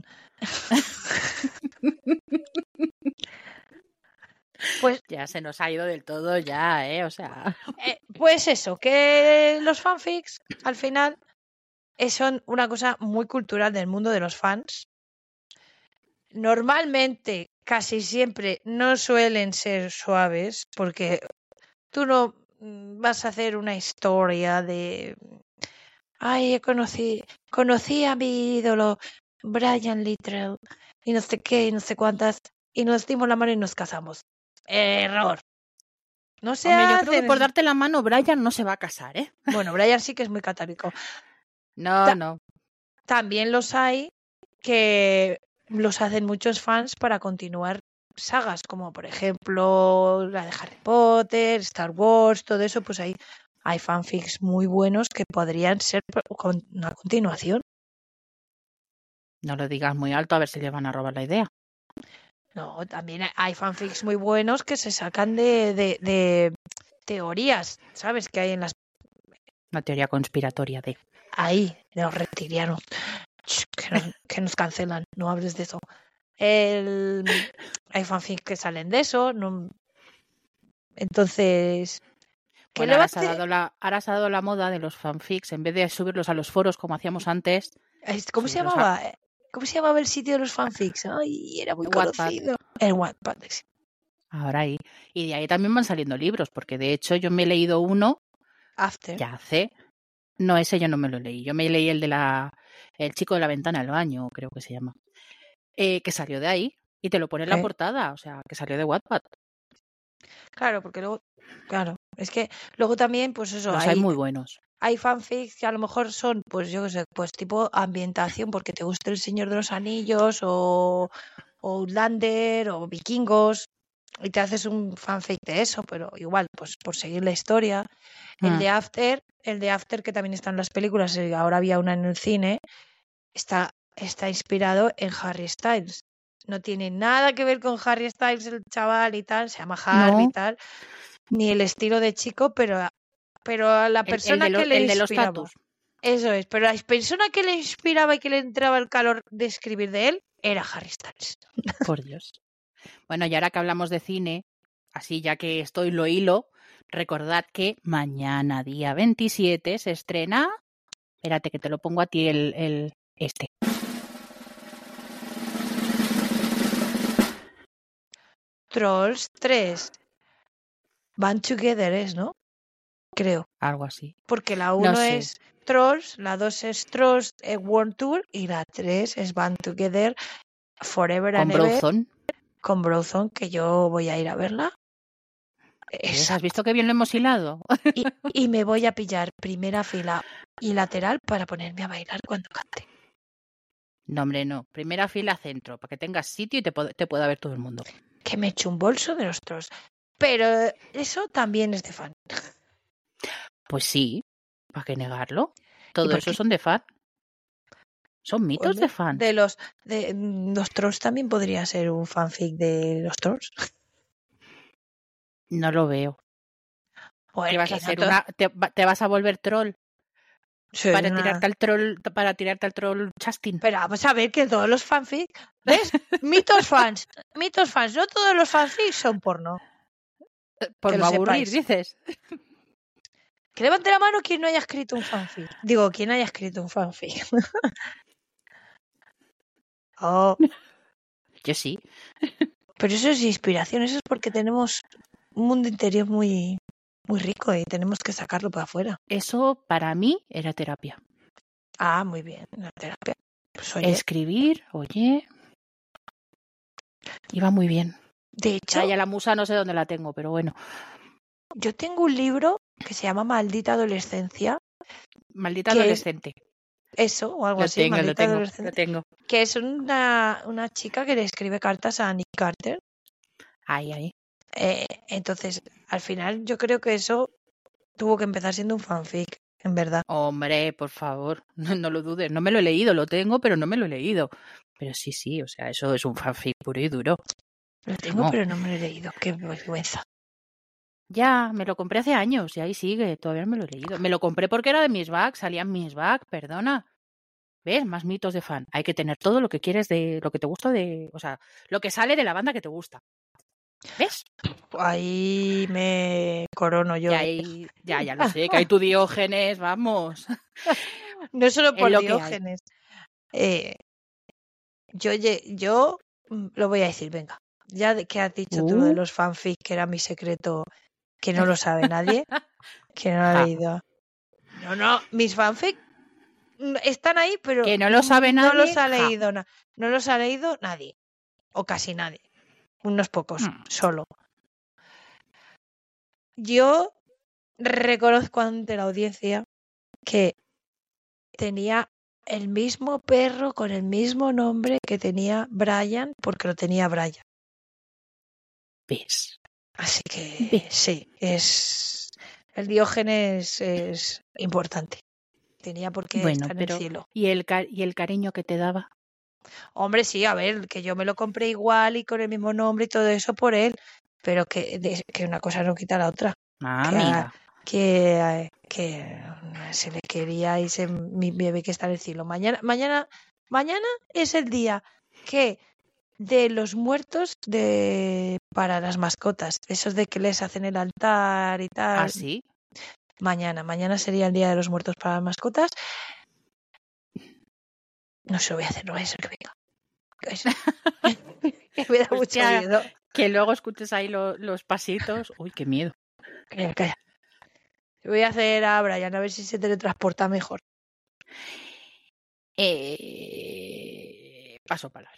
Pues, Ya se nos ha ido del todo ya, ¿eh? O sea, eh, pues eso, que los fanfics al final eh, son una cosa muy cultural del mundo de los fans. Normalmente, casi siempre, no suelen ser suaves, porque tú no mm, vas a hacer una historia de... Ay, conocí, conocí a mi ídolo, Brian Littrell, y no sé qué, y no sé cuántas, y nos dimos la mano y nos casamos. Error. No se hombre, yo creo que hacen por eso. darte la mano, Brian no se va a casar, ¿eh? Bueno, Brian sí que es muy católico. No, Ta- no. También los hay que los hacen muchos fans para continuar sagas, como por ejemplo la de Harry Potter, Star Wars, todo eso, pues ahí hay fanfics muy buenos que podrían ser con una continuación. No lo digas muy alto a ver si le van a robar la idea. No, también hay fanfics muy buenos que se sacan de, de, de teorías, ¿sabes? Que hay en las... Una teoría conspiratoria de... Ahí, de los reptilianos. Ch, Que nos, que nos cancelan, no hables de eso. El... Hay fanfics que salen de eso. No... Entonces... ¿Qué Bueno, le va ahora a se, ha hacer? dado la, ahora se ha dado la moda de los fanfics. En vez de subirlos a los foros como hacíamos antes, Es- ¿Cómo se subirlos a llamaba? ¿Cómo se llamaba el sitio de los fanfics? Ay, era muy Wattpad. conocido. El Wattpad. sí. Ahora ahí. Y de ahí también van saliendo libros, porque de hecho yo me he leído uno After. ya hace... No, ese yo no me lo leí. Yo me leí el de la... El chico de la ventana del baño, creo que se llama. Eh, que salió de ahí. Y te lo pone en la ¿Eh? portada. O sea, que salió de Wattpad. Claro, porque luego... Claro, es que luego también, pues eso, Los hay hay, muy buenos. hay fanfics que a lo mejor son, pues yo qué sé, pues tipo ambientación, porque te gusta El Señor de los Anillos o, o Outlander o Vikingos, y te haces un fanfic de eso, pero igual, pues por seguir la historia. El Mm. de After, el de After que también está en las películas, y ahora había una en el cine, está, está inspirado en Harry Styles. no tiene nada que ver con Harry Styles, el chaval y tal, se llama Harry y No, tal, ni el estilo de chico, pero, pero a la el, el persona de, lo- que le el de los inspiraba, tatus. eso es, pero la persona que le inspiraba y que le entraba el calor de escribir de él era Harry Styles. Por Dios. Bueno, y ahora que hablamos de cine, así ya que estoy lo hilo, recordad que mañana, día veintisiete, se estrena. Espérate que te lo pongo a ti el, el este. Trolls tres, Band Together es, ¿no? Creo. Algo así. Porque la No uno sé. es Trolls, la dos es Trolls eh, World Tour y la tres es Band Together Forever Con and Ever Brozone. con Brozone, que yo voy a ir a verla. ¿Ves? Esa. ¿Has visto qué bien lo hemos hilado? Y, y me voy a pillar primera fila y lateral para ponerme a bailar cuando cante. No, hombre, no. Primera fila centro, para que tengas sitio y te, pod- te pueda ver todo el mundo. Que me echo un bolso de los Trolls. Pero eso también es de fan. Pues sí, ¿para qué negarlo? Todo por eso qué? son de fan. Son mitos Hombre, de fans. De los, de, mm, los Trolls también podría ser un fanfic de los Trolls. No lo veo. Bueno, ¿Qué vas que a no hacer? to- Una, te, va- te vas a volver troll soy para una- tirarte al troll, para tirarte al troll Justin. Pero vamos a ver que todos los fanfics, ¿ves? Mitos fans, mitos fans, no todos los fanfics son porno. Por que no lo aburrir, sepáis. dices. Que levante la mano quien no haya escrito un fanfic. Digo, quien haya escrito un fanfic. Oh, Yo sí. pero eso es inspiración, eso es porque tenemos un mundo interior muy, muy rico y tenemos que sacarlo para afuera. Eso para mí era terapia. Ah, muy bien, la terapia. Pues oye, Escribir, oye, iba muy bien. de hecho, Ya, ya la musa no sé dónde la tengo, pero bueno. yo tengo un libro que se llama Maldita Adolescencia, Maldita ¿Qué es? adolescente. eso o algo Lo así, tengo, lo Maldita tengo, lo Adolescencia, tengo. que es una, una chica que le escribe cartas a Nick Carter. Ahí, ahí. Eh, entonces, al final yo creo que eso tuvo que empezar siendo un fanfic, en verdad. Hombre, por favor, no, no lo dudes. No me lo he leído, lo tengo, pero no me lo he leído. Pero sí, sí, o sea, eso es un fanfic puro y duro. Lo tengo, No. pero no me lo he leído. Qué vergüenza. Ya, me lo compré hace años y ahí sigue, todavía no me lo he leído. Me lo compré porque era de mis bags, salían mis bags, perdona. ¿Ves? Más mitos de fan. Hay que tener todo lo que quieres de lo que te gusta de, o sea, lo que sale de la banda que te gusta. ¿Ves? Ahí me corono yo. Ya, ahí, ya, ya lo sé, que hay tu Diógenes, vamos. No solo Es por lo que hay. Diógenes. Eh, yo, lle- yo mm, lo voy a decir, venga. Ya de- que has dicho tú lo de Uh. los fanfics, que era mi secreto, que no lo sabe nadie, que no lo ha Ja. leído. No, no, mis fanfics mm, están ahí, pero Que no lo sabe no los nadie, ha ja. leído, na- no los ha leído nadie, o casi nadie, unos pocos, Hmm. solo. Yo reconozco ante la audiencia que tenía el mismo perro con el mismo nombre que tenía Brian, porque lo tenía Brian. ¿Ves? Así que Ve. sí, es el Diógenes es importante. Tenía por qué Bueno, estar pero en el cielo. ¿y el, ca- ¿y el cariño que te daba? Hombre, sí, a ver, que yo me lo compré igual y con el mismo nombre y todo eso por él, pero que, de- que una cosa no quita la otra. Ah, Que, a- amiga. que, eh, que se le quería y se, mi bebé que está en el cielo. Mañana, mañana, mañana es el día que de los muertos de para las mascotas, esos de que les hacen el altar y tal. ¿Ah, sí? Mañana, mañana sería el día de los muertos para las mascotas. No se lo voy a hacer, no voy a ser que venga. Es- me da mucho Hostia. miedo. Que luego escuches ahí lo- los pasitos. Uy, qué miedo. Calla, calla. Voy a hacer a Brian a ver si se teletransporta mejor. Eh... Paso palabra.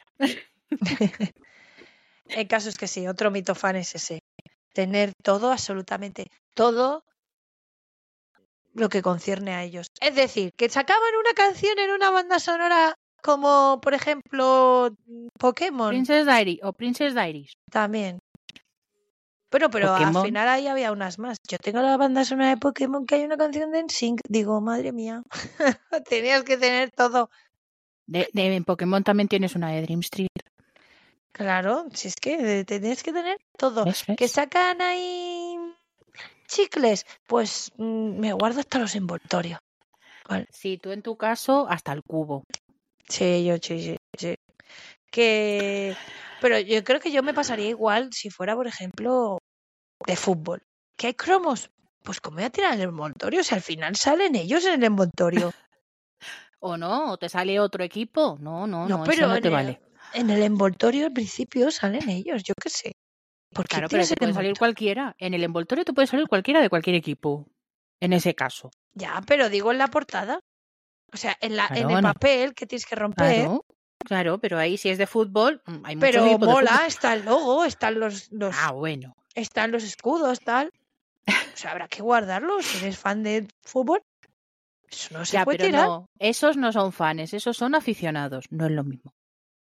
El caso es que sí, otro mito fan es ese. Tener todo, absolutamente todo lo que concierne a ellos. Es decir, que sacaban una canción en una banda sonora como, por ejemplo, Pokémon. Princess Diary o Princess Diaries. También. Pero, pero al Pokémon. final ahí había unas más. Yo tengo la banda sonora de Pokémon que hay una canción de N Sync. Digo, madre mía, tenías que tener todo. De, de- en Pokémon también tienes una de Dream Street. Claro, si es que te tienes que tener todo. ¿Ves? ¿Ves? Que sacan ahí chicles, pues mm, me guardo hasta los envoltorios. Vale. Sí, tú en tu caso, hasta el cubo. Sí, yo sí, sí, sí. Que... Pero yo creo que yo me pasaría igual si fuera, por ejemplo, de fútbol. ¿Que hay cromos? Pues como voy a tirar el envoltorio, si al final salen ellos en el envoltorio. ¿O no? ¿O te sale otro equipo? No, no, no, No, eso pero no en te el, vale. en el envoltorio al principio salen ellos, yo qué sé. ¿Por qué Claro, pero tiras te el puede salir envoltorio? cualquiera. En el envoltorio te puede salir cualquiera de cualquier equipo. En ese caso. Ya, pero digo en la portada. O sea, en, la, en Claro, el en el- papel que tienes que romper. Claro, claro, pero ahí si es de fútbol, mm, hay muchos Pero equipos de mola, fútbol. está el logo, están los, los, Ah, bueno. están los escudos, tal. O sea, habrá que guardarlo. Si eres fan de fútbol, eso no se Ya, puede pero tirar. no, esos no son fans, esos son aficionados, no es lo mismo.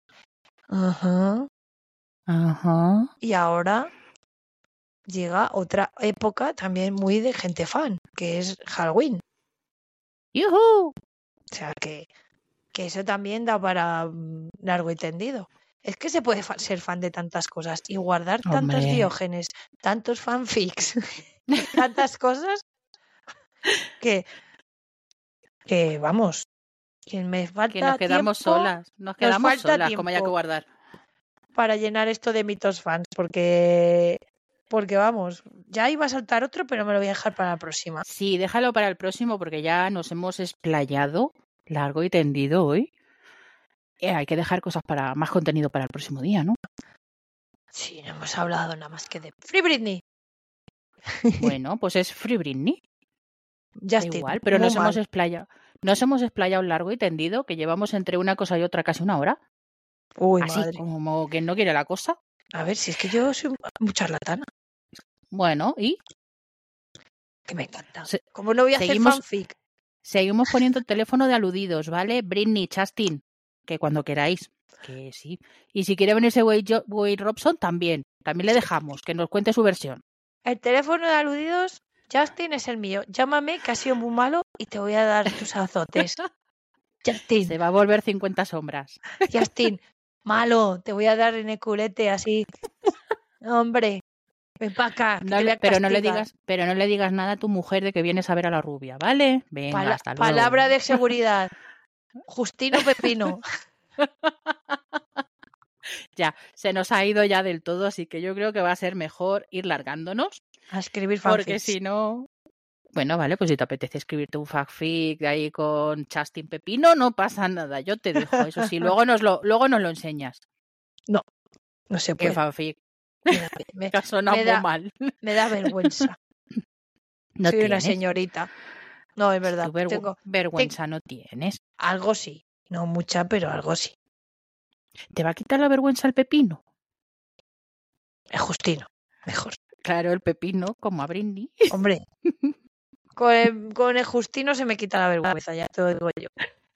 Ajá. Ajá. Y ahora llega otra época también muy de gente fan, que es Halloween. ¡Yujú! O sea, que, que eso también da para mm, largo y tendido. Es que se puede fa- ser fan de tantas cosas y guardar tantas Hombre. diógenes, tantos fanfics, tantas cosas que, que vamos, que me falta Que nos quedamos tiempo, solas, nos quedamos falta solas, como haya que tiempo. guardar. Para llenar esto de mitos fans, porque, porque vamos, ya iba a saltar otro, pero me lo voy a dejar para la próxima. Sí, déjalo para el próximo porque ya nos hemos explayado largo y tendido hoy. Eh, hay que dejar cosas para más contenido para el próximo día, ¿no? Sí, no hemos hablado nada más que de Free Britney. Bueno, pues es Free Britney. Ya Da estoy igual, pero muy nos mal. hemos explayado. Nos hemos explayado largo y tendido, que llevamos entre una cosa y otra casi una hora. Uy, Así, madre. como que no quiere la cosa. A ver, si es que yo soy muy charlatana, Bueno, y que me encanta. Se- ¿Cómo no voy a seguimos- hacer fanfic? seguimos poniendo el teléfono de aludidos, ¿vale? Britney, Justin, que cuando queráis. Que sí. Y si quiere venirse Wade, Jo- Wade Robson, también. También le dejamos, que nos cuente su versión. El teléfono de aludidos, Justin, es el mío. Llámame, que ha sido muy malo, y te voy a dar tus azotes. Justin, Se va a volver cincuenta sombras. Justin, malo, te voy a dar en el culete así. Hombre, ven para acá, que No te voy le- a pero no le castigar. digas, pero no le digas nada a tu mujer de que vienes a ver a la rubia, ¿vale? Venga, Pala- hasta luego. palabra de seguridad. Justino Pepino. Ya, se nos ha ido ya del todo, así que yo creo que va a ser mejor ir largándonos, A escribir porque fanfics. si no... Bueno, vale, pues si te apetece escribirte un fanfic de ahí con Justin Pepino, no pasa nada, yo te dejo. Eso sí, luego nos lo, luego nos lo enseñas. No se ¿Qué puede. fanfic? Me da, me- Que ha sonado me muy da- mal. me da vergüenza. No Soy una tienes. señorita. No, es verdad. Tú vergü- Tengo vergüenza no tienes. algo sí. No mucha, pero algo sí. ¿Te va a quitar la vergüenza el pepino? Es Justino. Mejor. Claro, el pepino, como a Britney. Hombre. Con el, con el Justino se me quita la vergüenza, ya te lo digo yo.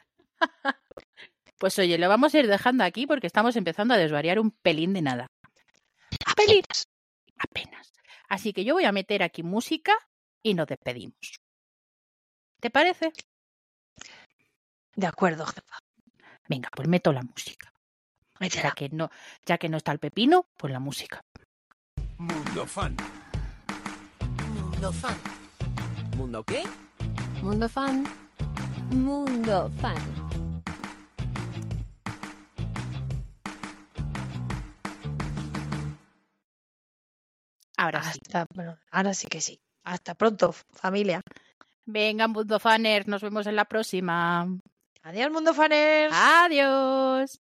Pues oye, lo vamos a ir dejando aquí porque estamos empezando a desvariar un pelín de nada. Apenas. Apenas. Así que yo voy a meter aquí música y nos despedimos. ¿Te parece? De acuerdo, jefa. Venga, pues meto la música. Ya Métela. que no, ya que no está el pepino, pues la música. Mundo Fan. Mundo fan. ¿Mundo qué? Mundo fan. Mundo fan. Ahora sí. Hasta, bueno, ahora sí que sí. Hasta pronto, familia. Venga, Mundo Fanners, nos vemos en la próxima. Adiós, mundo faners. Adiós.